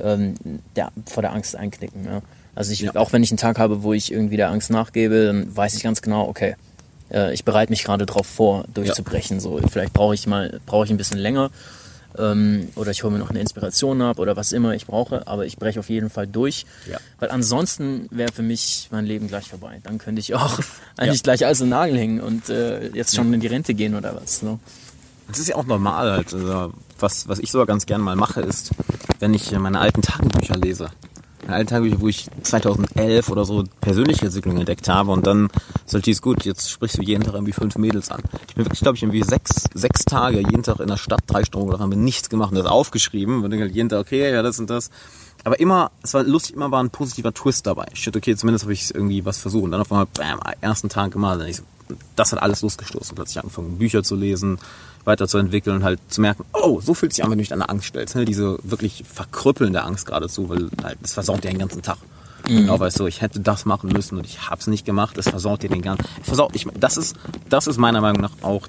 vor der Angst einknicken. Ja? Also auch wenn ich einen Tag habe, wo ich irgendwie der Angst nachgebe, dann weiß ich ganz genau, okay, ich bereite mich gerade darauf vor, durchzubrechen. So, vielleicht brauche ich ein bisschen länger. Oder ich hole mir noch eine Inspiration ab oder was immer ich brauche, aber ich breche auf jeden Fall durch, weil ansonsten wäre für mich mein Leben gleich vorbei. Dann könnte ich auch eigentlich gleich alles in den Nagel hängen und jetzt schon in die Rente gehen oder was. Ne? Das ist ja auch normal halt. Also, was ich sogar ganz gerne mal mache, ist, wenn ich meine alten Tagebücher lese. Meine alten Tagebücher, wo ich 2011 oder so persönliche Entwicklung entdeckt habe und dann sollte es gut, jetzt sprichst du jeden Tag irgendwie 5 Mädels an. Ich bin wirklich, glaube ich, irgendwie 6 Tage jeden Tag in der Stadt, 3 Stunden oder haben nichts gemacht und das aufgeschrieben und dann halt jeden Tag, okay, ja, das und das. Aber es war lustig, immer war ein positiver Twist dabei. Shit, okay, zumindest habe ich irgendwie was versucht und dann auf einmal, ersten Tag gemacht. Das hat alles losgestoßen. Plötzlich angefangen, Bücher zu lesen, weiterzuentwickeln und halt zu merken, so fühlt sich an, wenn du dich deiner Angst stellst. Ne? Diese wirklich verkrüppelnde Angst geradezu, weil halt, das versaut dir den ganzen Tag. Genau, weißt du, ich hätte das machen müssen und ich hab's nicht gemacht, es versaut dir den ganzen... Das ist meiner Meinung nach auch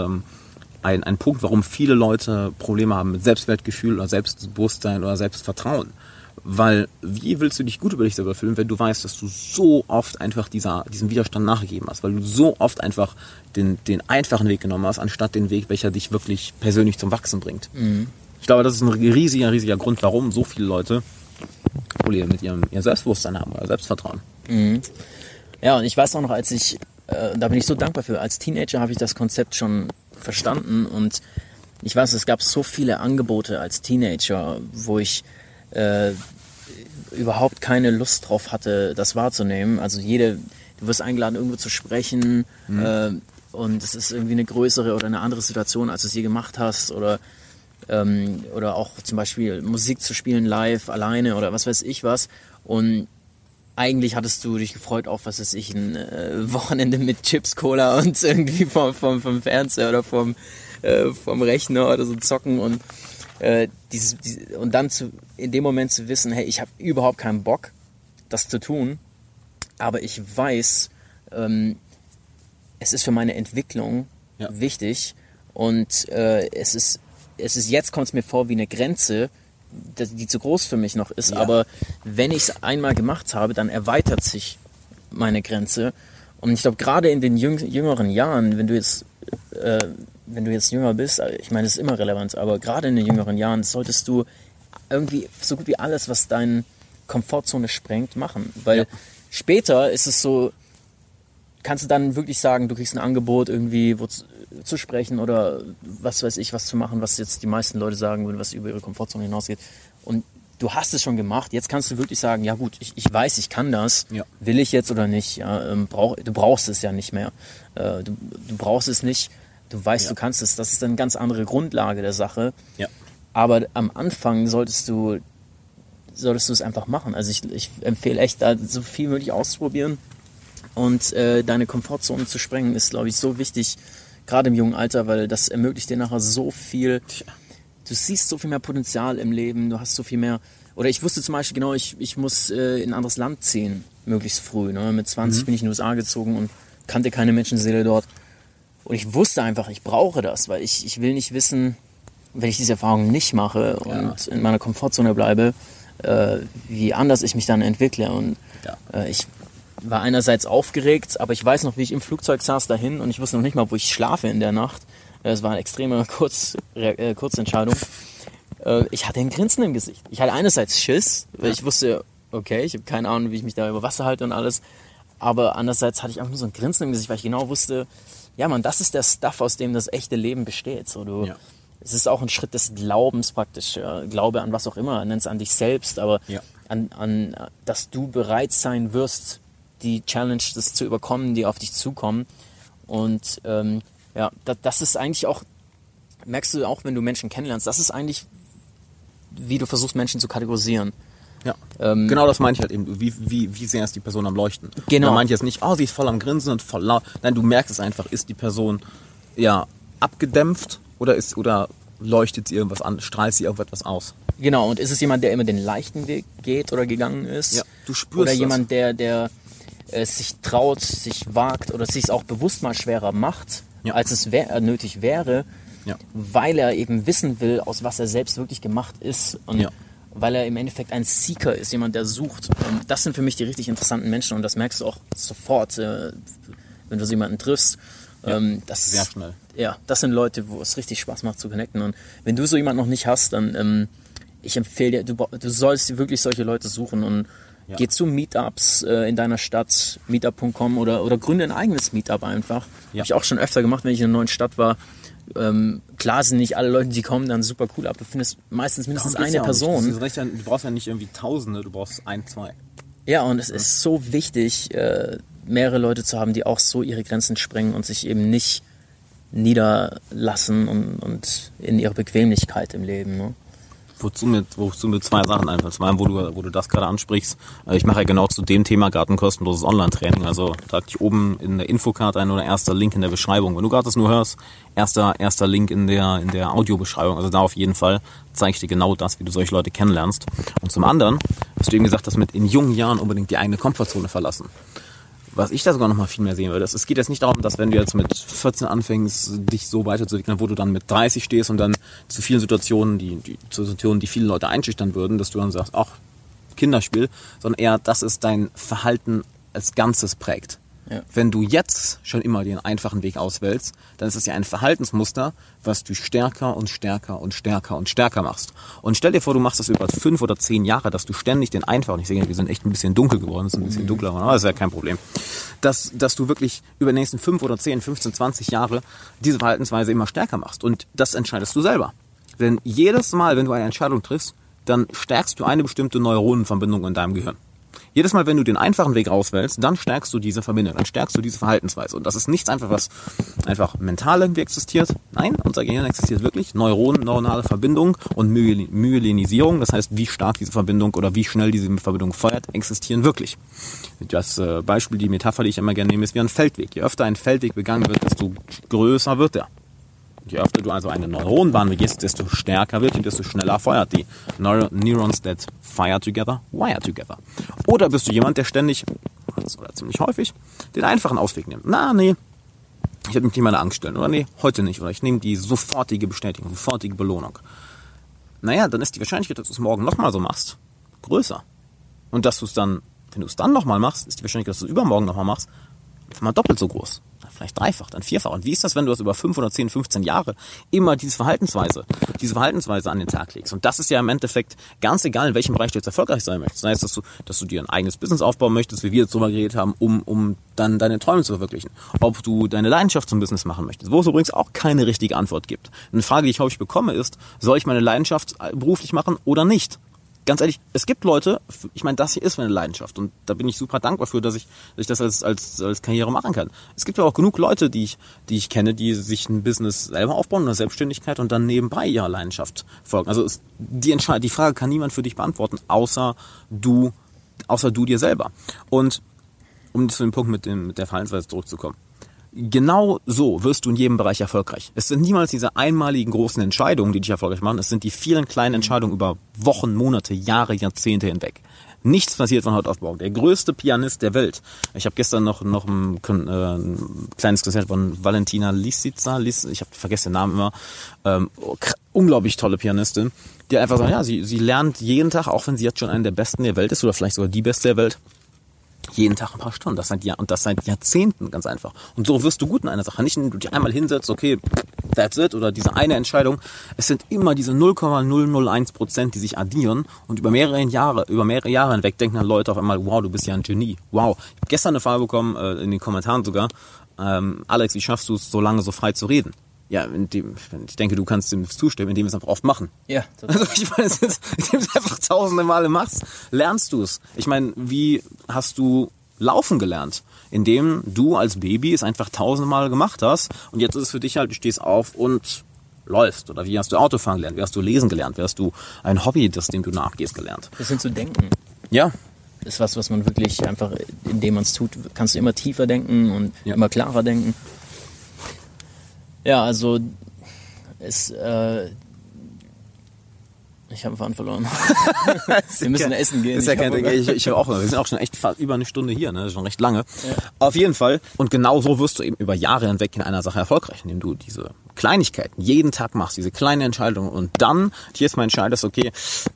ein Punkt, warum viele Leute Probleme haben mit Selbstwertgefühl oder Selbstbewusstsein oder Selbstvertrauen. Weil, wie willst du dich gut über dich selber fühlen, wenn du weißt, dass du so oft einfach diesem Widerstand nachgegeben hast, weil du so oft einfach den einfachen Weg genommen hast, anstatt den Weg, welcher dich wirklich persönlich zum Wachsen bringt. Ich glaube, das ist ein riesiger Grund, warum so viele Leute Probleme mit ihrem Selbstbewusstsein haben oder Selbstvertrauen. Ja, und ich weiß auch noch, da bin ich so dankbar für, als Teenager habe ich das Konzept schon verstanden und ich weiß, es gab so viele Angebote als Teenager, wo ich überhaupt keine Lust drauf hatte, das wahrzunehmen. Also du wirst eingeladen, irgendwo zu sprechen und es ist irgendwie eine größere oder eine andere Situation, als du es je gemacht hast oder auch zum Beispiel Musik zu spielen live, alleine oder was weiß ich was. Und eigentlich hattest du dich gefreut auf, was weiß ich, ein Wochenende mit Chips, Cola und irgendwie vom Fernseher oder vom Rechner oder so zocken und und dann in dem Moment zu wissen, hey, ich habe überhaupt keinen Bock, das zu tun. Aber ich weiß, es ist für meine Entwicklung wichtig und es ist jetzt kommt es mir vor wie eine Grenze, die zu groß für mich noch ist. Aber wenn ich es einmal gemacht habe, dann erweitert sich meine Grenze. Und ich glaube, gerade in den jüngeren Jahren, wenn du jetzt jünger bist, ich meine, es ist immer relevant, aber gerade in den jüngeren Jahren solltest du irgendwie so gut wie alles, was deine Komfortzone sprengt, machen. Weil später ist es so, kannst du dann wirklich sagen, du kriegst ein Angebot, irgendwie zu sprechen oder was weiß ich, was zu machen, was jetzt die meisten Leute sagen würden, was über ihre Komfortzone hinausgeht. Und du hast es schon gemacht, jetzt kannst du wirklich sagen, ja gut, ich weiß, ich kann das, will ich jetzt oder nicht. Ja, du brauchst es ja nicht mehr. Du brauchst es nicht, du weißt, du kannst es. Das ist eine ganz andere Grundlage der Sache. Ja. Aber am Anfang solltest du es einfach machen. Also ich empfehle echt, da so viel möglich auszuprobieren. Und deine Komfortzone zu sprengen, ist, glaube ich, so wichtig, gerade im jungen Alter, weil das ermöglicht dir nachher so viel. Du siehst so viel mehr Potenzial im Leben, du hast so viel mehr. Oder ich wusste zum Beispiel genau, ich muss in ein anderes Land ziehen, möglichst früh. Ne? Mit 20 bin ich in die USA gezogen und kannte keine Menschenseele dort. Und ich wusste einfach, ich brauche das, weil ich will nicht wissen, wenn ich diese Erfahrung nicht mache und in meiner Komfortzone bleibe, wie anders ich mich dann entwickle. Und ich war einerseits aufgeregt, aber ich weiß noch, wie ich im Flugzeug saß dahin und ich wusste noch nicht mal, wo ich schlafe in der Nacht. Es war eine extreme Kurzentscheidung. Ich hatte ein Grinsen im Gesicht. Ich hatte einerseits Schiss, weil ich wusste, okay, ich habe keine Ahnung, wie ich mich da über Wasser halte und alles. Aber andererseits hatte ich einfach nur so ein Grinsen im Gesicht, weil ich genau wusste, ja Mann, das ist der Stuff, aus dem das echte Leben besteht. So, es ist auch ein Schritt des Glaubens praktisch. Glaube an was auch immer, nenn es an dich selbst, aber an dass du bereit sein wirst, die Challenges zu überkommen, die auf dich zukommen. Und das ist eigentlich auch, merkst du auch, wenn du Menschen kennenlernst, das ist eigentlich, wie du versuchst, Menschen zu kategorisieren. Ja, genau das meine ich halt eben. Wie sehr ist die Person am Leuchten? Genau. Da meine ich jetzt nicht, sie ist voll am Grinsen und voll laut. Nein, du merkst es einfach, ist die Person abgedämpft oder leuchtet sie irgendwas an, strahlt sie irgendetwas aus? Genau, und ist es jemand, der immer den leichten Weg geht oder gegangen ist? Ja, du spürst oder jemand, der sich traut, sich wagt oder sich auch bewusst mal schwerer macht, als es nötig wäre, weil er eben wissen will, aus was er selbst wirklich gemacht ist und weil er im Endeffekt ein Seeker ist, jemand, der sucht. Und das sind für mich die richtig interessanten Menschen und das merkst du auch sofort, wenn du so jemanden triffst. Sehr schnell. Ja, das sind Leute, wo es richtig Spaß macht zu connecten. Und wenn du so jemanden noch nicht hast, dann ich empfehle dir, du sollst wirklich solche Leute suchen und geh zu Meetups in deiner Stadt, meetup.com oder gründe ein eigenes Meetup einfach. Habe ich auch schon öfter gemacht, wenn ich in einer neuen Stadt war. Klar sind nicht alle Leute, die kommen, dann super cool, aber du findest meistens mindestens eine Person. Du brauchst ja nicht irgendwie Tausende, du brauchst 1, 2. Ja, und es ist so wichtig, mehrere Leute zu haben, die auch so ihre Grenzen sprengen und sich eben nicht niederlassen und in ihrer Bequemlichkeit im Leben. Ne? Wozu mir 2 Sachen einfallen. Zum einen, wo du das gerade ansprichst. Ich mache ja genau zu dem Thema gerade ein kostenloses Online-Training. Also trag dich oben in der Infocard ein oder erster Link in der Beschreibung. Wenn du gerade das nur hörst, erster Link in der Audiobeschreibung. Also da auf jeden Fall zeige ich dir genau das, wie du solche Leute kennenlernst. Und zum anderen hast du eben gesagt, dass in jungen Jahren unbedingt die eigene Komfortzone verlassen. Was ich da sogar noch mal viel mehr sehen würde, es geht jetzt nicht darum, dass wenn du jetzt mit 14 anfängst, dich so weiterzuentwickeln, wo du dann mit 30 stehst und dann zu vielen Situationen, die viele Leute einschüchtern würden, dass du dann sagst, ach, Kinderspiel, sondern eher, dass es dein Verhalten als Ganzes prägt. Ja. Wenn du jetzt schon immer den einfachen Weg auswählst, dann ist es ja ein Verhaltensmuster, was du stärker und stärker und stärker und stärker machst. Und stell dir vor, du machst das über 5 oder 10 Jahre, dass du ständig den einfachen, ich sehe, wir sind echt ein bisschen dunkel geworden, es ist ein bisschen dunkler, aber das ist ja kein Problem, dass du wirklich über die nächsten 5 oder 10, 15, 20 Jahre diese Verhaltensweise immer stärker machst. Und das entscheidest du selber. Denn jedes Mal, wenn du eine Entscheidung triffst, dann stärkst du eine bestimmte Neuronenverbindung in deinem Gehirn. Jedes Mal, wenn du den einfachen Weg auswählst, dann stärkst du diese Verbindung, dann stärkst du diese Verhaltensweise. Und das ist nichts einfach, was einfach mental irgendwie existiert. Nein, unser Gehirn existiert wirklich. Neuronale Verbindung und Myelinisierung, das heißt, wie stark diese Verbindung oder wie schnell diese Verbindung feuert, existieren wirklich. Das Beispiel, die Metapher, die ich immer gerne nehme, ist wie ein Feldweg. Je öfter ein Feldweg begangen wird, desto größer wird er. Je öfter du also eine Neuronenbahn begehst, desto stärker wird und desto schneller feuert die. Neurons that fire together, wire together. Oder bist du jemand, der ständig, oder ziemlich häufig, den einfachen Ausweg nimmt? Nee, ich werde mich nicht meiner Angst stellen. Oder nee, heute nicht. Oder ich nehme die sofortige Bestätigung, sofortige Belohnung. Naja, dann ist die Wahrscheinlichkeit, dass du es morgen nochmal so machst, größer. Und dass du es dann, wenn du es dann nochmal machst, ist die Wahrscheinlichkeit, dass du es übermorgen nochmal machst, mal doppelt so groß. Vielleicht dreifach, dann vierfach. Und wie ist das, wenn du das über 5 oder 10, 15 Jahre immer diese Verhaltensweise an den Tag legst? Und das ist ja im Endeffekt ganz egal, in welchem Bereich du jetzt erfolgreich sein möchtest. Das heißt, dass du dir ein eigenes Business aufbauen möchtest, wie wir jetzt drüber geredet haben, um dann deine Träume zu verwirklichen. Ob du deine Leidenschaft zum Business machen möchtest, wo es übrigens auch keine richtige Antwort gibt. Eine Frage, die ich häufig bekomme, ist, soll ich meine Leidenschaft beruflich machen oder nicht? Ganz ehrlich, es gibt Leute, ich meine, das hier ist meine Leidenschaft und da bin ich super dankbar für, dass ich das als Karriere machen kann. Es gibt aber auch genug Leute, die ich kenne, die sich ein Business selber aufbauen, eine Selbstständigkeit und dann nebenbei ihrer Leidenschaft folgen. Also die Frage kann niemand für dich beantworten, außer du dir selber. Und um zu dem Punkt mit der Verhaltensweise zurückzukommen. Genau so wirst du in jedem Bereich erfolgreich. Es sind niemals diese einmaligen großen Entscheidungen, die dich erfolgreich machen. Es sind die vielen kleinen Entscheidungen über Wochen, Monate, Jahre, Jahrzehnte hinweg. Nichts passiert von heute auf morgen. Der größte Pianist der Welt. Ich habe gestern noch ein kleines Konzert von Valentina Lisitsa. Ich habe vergessen den Namen immer. Unglaublich tolle Pianistin, die einfach sagt, ja, sie lernt jeden Tag, auch wenn sie jetzt schon eine der besten der Welt ist oder vielleicht sogar die beste der Welt, jeden Tag ein paar Stunden. Das seit Jahrzehnten, ganz einfach. Und so wirst du gut in einer Sache. Nicht, wenn du dich einmal hinsetzt, okay, that's it, oder diese eine Entscheidung. Es sind immer diese 0,001%, die sich addieren und über mehrere Jahre hinweg denken dann Leute auf einmal, wow, du bist ja ein Genie. Wow. Ich habe gestern eine Frage bekommen, in den Kommentaren sogar, Alex, wie schaffst du es, so lange so frei zu reden? Ja, ich denke, du kannst dem zustimmen, indem wir es einfach oft machen. Ja, total. Also ich meine, indem du es einfach tausende Male machst, lernst du es. Ich meine, wie hast du laufen gelernt? Indem du als Baby es einfach tausende Male gemacht hast und jetzt ist es für dich halt, du stehst auf und läufst. Oder wie hast du Autofahren gelernt? Wie hast du lesen gelernt? Wie hast du ein Hobby, dem du nachgehst, gelernt? Das sind zu denken. Ja. Das ist was man wirklich einfach, indem man es tut, kannst du immer tiefer denken und immer klarer denken. Ja, also ich habe einen Faden verloren. Wir müssen essen gehen. Ich habe auch, wir sind auch schon echt fast über eine Stunde hier, ne? Schon recht lange. Ja. Auf jeden Fall. Und genau so wirst du eben über Jahre hinweg in einer Sache erfolgreich, indem du diese Kleinigkeiten jeden Tag machst, diese kleinen Entscheidungen und dann hier ist mein entscheidest, okay,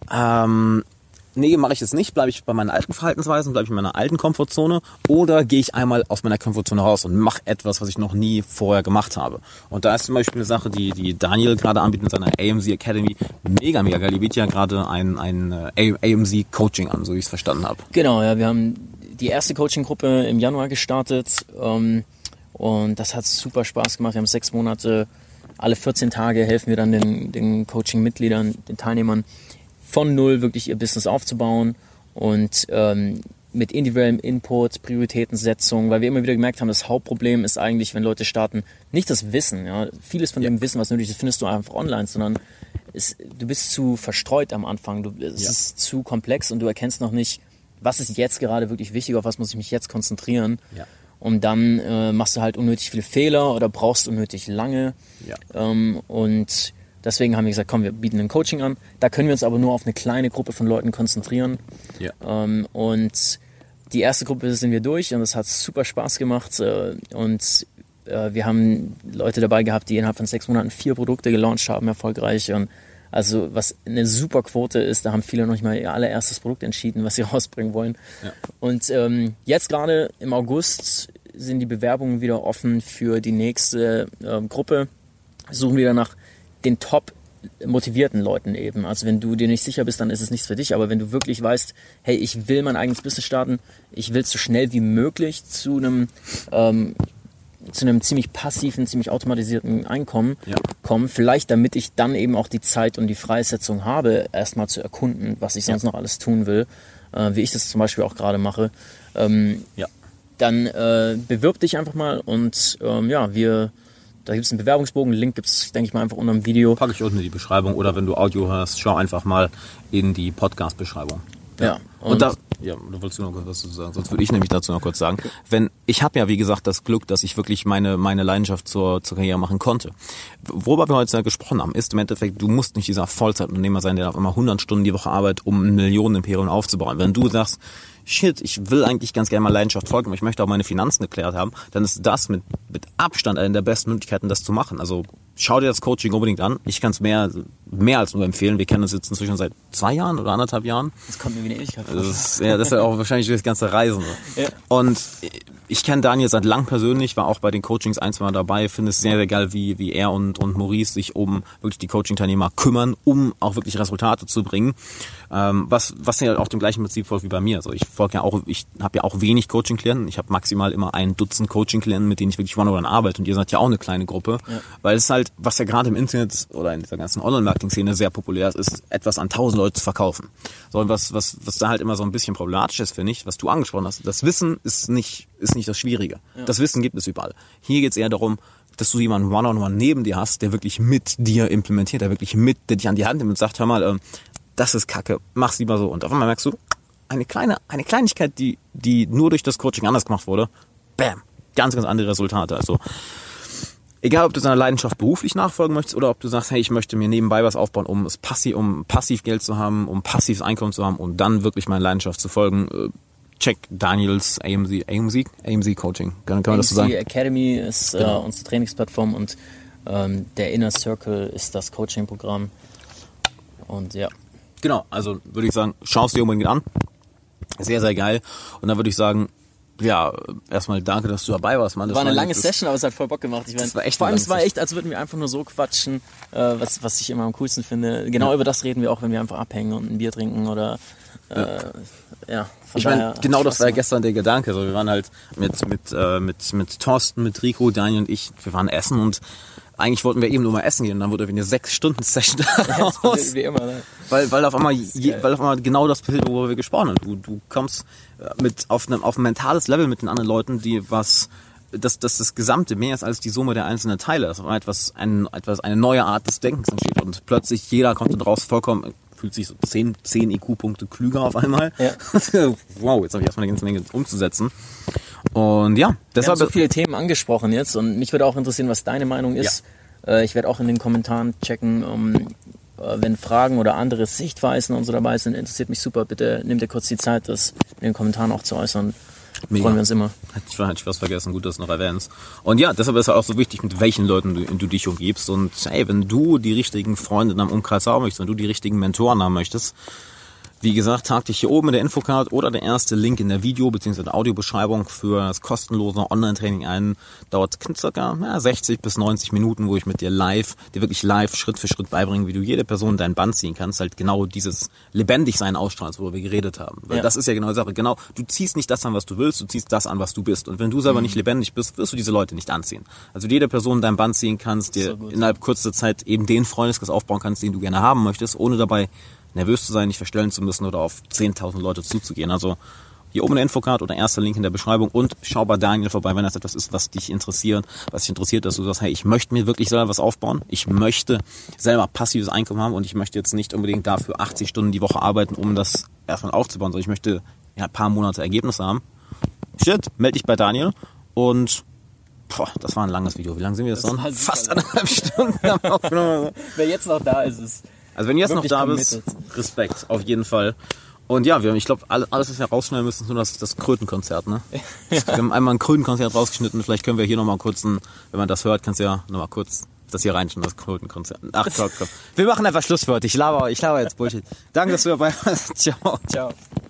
nee, mache ich es nicht, bleibe ich bei meinen alten Verhaltensweisen, bleibe ich in meiner alten Komfortzone oder gehe ich einmal aus meiner Komfortzone raus und mache etwas, was ich noch nie vorher gemacht habe. Und da ist zum Beispiel eine Sache, die Daniel gerade anbietet mit seiner AMZ Academy, mega geil. Die bietet ja gerade ein AMZ Coaching an, so wie ich es verstanden habe. Genau, ja, wir haben die erste Coaching-Gruppe im Januar gestartet und das hat super Spaß gemacht. Wir haben 6 Monate, alle 14 Tage helfen wir dann den Coaching-Mitgliedern, den Teilnehmern, von null wirklich ihr Business aufzubauen und mit individuellem Input, Prioritätensetzung, weil wir immer wieder gemerkt haben, das Hauptproblem ist eigentlich, wenn Leute starten, nicht das Wissen. Ja? Vieles von dem Wissen, was nötig ist, findest du einfach online, sondern du bist zu verstreut am Anfang. Es ist zu komplex und du erkennst noch nicht, was ist jetzt gerade wirklich wichtig, auf was muss ich mich jetzt konzentrieren. Ja. Und dann machst du halt unnötig viele Fehler oder brauchst unnötig lange. Ja. Und deswegen haben wir gesagt, komm, wir bieten ein Coaching an. Da können wir uns aber nur auf eine kleine Gruppe von Leuten konzentrieren. Ja. Und die erste Gruppe sind wir durch und das hat super Spaß gemacht. Und wir haben Leute dabei gehabt, die innerhalb von 6 Monaten 4 Produkte gelauncht haben, erfolgreich. Und also was eine super Quote ist, da haben viele noch nicht mal ihr allererstes Produkt entschieden, was sie rausbringen wollen. Ja. Und jetzt gerade im August sind die Bewerbungen wieder offen für die nächste Gruppe. Suchen wir nach den top motivierten Leuten eben. Also wenn du dir nicht sicher bist, dann ist es nichts für dich. Aber wenn du wirklich weißt, hey, ich will mein eigenes Business starten, ich will so schnell wie möglich zu einem ziemlich passiven, ziemlich automatisierten Einkommen kommen, vielleicht damit ich dann eben auch die Zeit und die Freisetzung habe, erstmal zu erkunden, was ich sonst noch alles tun will, wie ich das zum Beispiel auch gerade mache, dann bewirb dich einfach mal und da gibt es einen Bewerbungsbogen, Link gibt es, denke ich mal, einfach unter dem Video. Packe ich unten in die Beschreibung oder wenn du Audio hörst, schau einfach mal in die Podcast-Beschreibung. Ja. Und Ja, du wolltest noch kurz was zu sagen, sonst würde ich nämlich dazu noch kurz sagen. Ich habe ja, wie gesagt, das Glück, dass ich wirklich meine Leidenschaft zur Karriere machen konnte. Worüber wir heute gesprochen haben, ist im Endeffekt, du musst nicht dieser Vollzeitunternehmer sein, der auf einmal 100 Stunden die Woche arbeitet, um ein Millionenimperium aufzubauen. Wenn du sagst, shit, ich will eigentlich ganz gerne mal Leidenschaft folgen, aber ich möchte auch meine Finanzen geklärt haben, dann ist das mit Abstand eine der besten Möglichkeiten, das zu machen. Also schau dir das Coaching unbedingt an. Ich kann es mehr als nur empfehlen. Wir kennen uns jetzt inzwischen seit 2 Jahren oder 1,5 Jahren. Das kommt mir wie eine Ewigkeit vor. Das ist ja auch wahrscheinlich das ganze Reisen. Ja. Und ich kenne Daniel seit lang persönlich, war auch bei den Coachings 1, 2 Mal dabei, finde es sehr, sehr geil, wie er und Maurice sich um wirklich die Coaching-Teilnehmer kümmern, um auch wirklich Resultate zu bringen. Was ja auch dem gleichen Prinzip folgt wie bei mir. Also ich habe ja auch wenig Coaching-Klienten. Ich habe maximal immer 1 Dutzend Coaching-Klienten, mit denen ich wirklich one-on-one arbeite. Und ihr seid ja auch eine kleine Gruppe. Ja. Weil es halt, was ja gerade im Internet oder in dieser ganzen Online-Marketing-Szene sehr populär ist, etwas an 1000 Leute zu verkaufen. So, und was da halt immer so ein bisschen problematisch ist, finde ich, was du angesprochen hast. Das Wissen ist nicht das Schwierige. Ja. Das Wissen gibt es überall. Hier geht es eher darum, dass du jemanden one-on-one neben dir hast, der wirklich mit dir implementiert, der dich an die Hand nimmt und sagt, hör mal, das ist Kacke, mach's lieber so. Und auf einmal merkst du, eine Kleinigkeit, die nur durch das Coaching anders gemacht wurde, bam, ganz, ganz andere Resultate. Also egal, ob du deiner Leidenschaft beruflich nachfolgen möchtest oder ob du sagst, hey, ich möchte mir nebenbei was aufbauen, um passiv Geld zu haben, um passives Einkommen zu haben und dann wirklich meiner Leidenschaft zu folgen, check Daniels AMZ Coaching. Kann man das so sagen? AMZ Academy ist unsere Trainingsplattform und der Inner Circle ist das Coaching-Programm. Und ja. Genau, also würde ich sagen, schau es dir unbedingt an. Sehr, sehr geil. Und dann würde ich sagen, ja, erstmal danke, dass du dabei warst, Mann. Das war eine lange Session, aber es hat voll Bock gemacht. Es war echt, als würden wir einfach nur so quatschen, was ich immer am coolsten finde. Genau über das reden wir auch, wenn wir einfach abhängen und ein Bier trinken oder ich meine, genau das war ja gestern der Gedanke. Also wir waren halt mit Thorsten, mit Rico, Daniel und ich, wir waren essen und eigentlich wollten wir eben nur mal essen gehen und dann wurde irgendwie eine 6-Stunden-Session daraus. Wie immer, ne? Weil auf einmal genau das passiert, worüber wir gesprochen haben. Du kommst auf ein mentales Level mit den anderen Leuten, das Gesamte mehr ist als die Summe der einzelnen Teile. Das ist eine neue Art des Denkens entsteht und plötzlich jeder kommt daraus fühlt sich so 10 IQ-Punkte klüger auf einmal. Ja. Wow, jetzt habe ich erstmal eine ganze Menge umzusetzen. Und ja, deshalb. Wir haben so viele Themen angesprochen jetzt und mich würde auch interessieren, was deine Meinung ist. Ja. Ich werde auch in den Kommentaren checken, wenn Fragen oder andere Sichtweisen und so dabei sind, interessiert mich super. Bitte nimm dir kurz die Zeit, das in den Kommentaren auch zu äußern. Mega. Freuen wir uns immer. Hätte ich was vergessen, gut, dass du noch erwähnst. Und ja, deshalb ist es auch so wichtig, mit welchen Leuten du dich umgibst. Und hey, wenn du die richtigen Freunde in deinem Umkreis haben möchtest, wenn du die richtigen Mentoren haben möchtest, wie gesagt, trag dich hier oben in der Infocard oder der erste Link in der Video- bzw. Audiobeschreibung für das kostenlose Online-Training ein. Dauert circa 60 bis 90 Minuten, wo ich mit dir wirklich live, Schritt für Schritt beibringe, wie du jede Person in dein Band ziehen kannst. Halt genau dieses Lebendigsein ausstrahlst, worüber wir geredet haben. Weil das ist ja genau die Sache. Genau, du ziehst nicht das an, was du willst, du ziehst das an, was du bist. Und wenn du selber nicht lebendig bist, wirst du diese Leute nicht anziehen. Also jede Person in dein Band ziehen kannst, dir innerhalb kurzer Zeit eben den Freundeskreis aufbauen kannst, den du gerne haben möchtest, ohne dabei nervös zu sein, nicht verstellen zu müssen oder auf 10.000 Leute zuzugehen. Also hier oben in der Infocard oder erster Link in der Beschreibung und schau bei Daniel vorbei, wenn das etwas ist, was dich interessiert, dass du sagst, hey, ich möchte mir wirklich selber was aufbauen, ich möchte selber passives Einkommen haben und ich möchte jetzt nicht unbedingt dafür 80 Stunden die Woche arbeiten, um das erstmal aufzubauen, sondern ich möchte ein paar Monate Ergebnisse haben. Melde dich bei Daniel und das war ein langes Video. Wie lange sind wir jetzt noch? Fast 1,5 Stunden am Aufgenommen. Wer jetzt noch da ist, ist also wenn du jetzt noch da bist, Respekt, auf jeden Fall. Und ja, ich glaube, alles, was wir rausschneiden müssen, ist nur das Krötenkonzert, ne? Ja. Wir haben einmal ein Krötenkonzert rausgeschnitten, vielleicht können wir hier nochmal kurz wenn man das hört, kannst du ja nochmal kurz das hier reinschneiden, das Krötenkonzert. Ach, komm. Wir machen einfach Schluss für heute. Ich laber jetzt Bullshit. Danke, dass du dabei warst. Ciao. Ciao.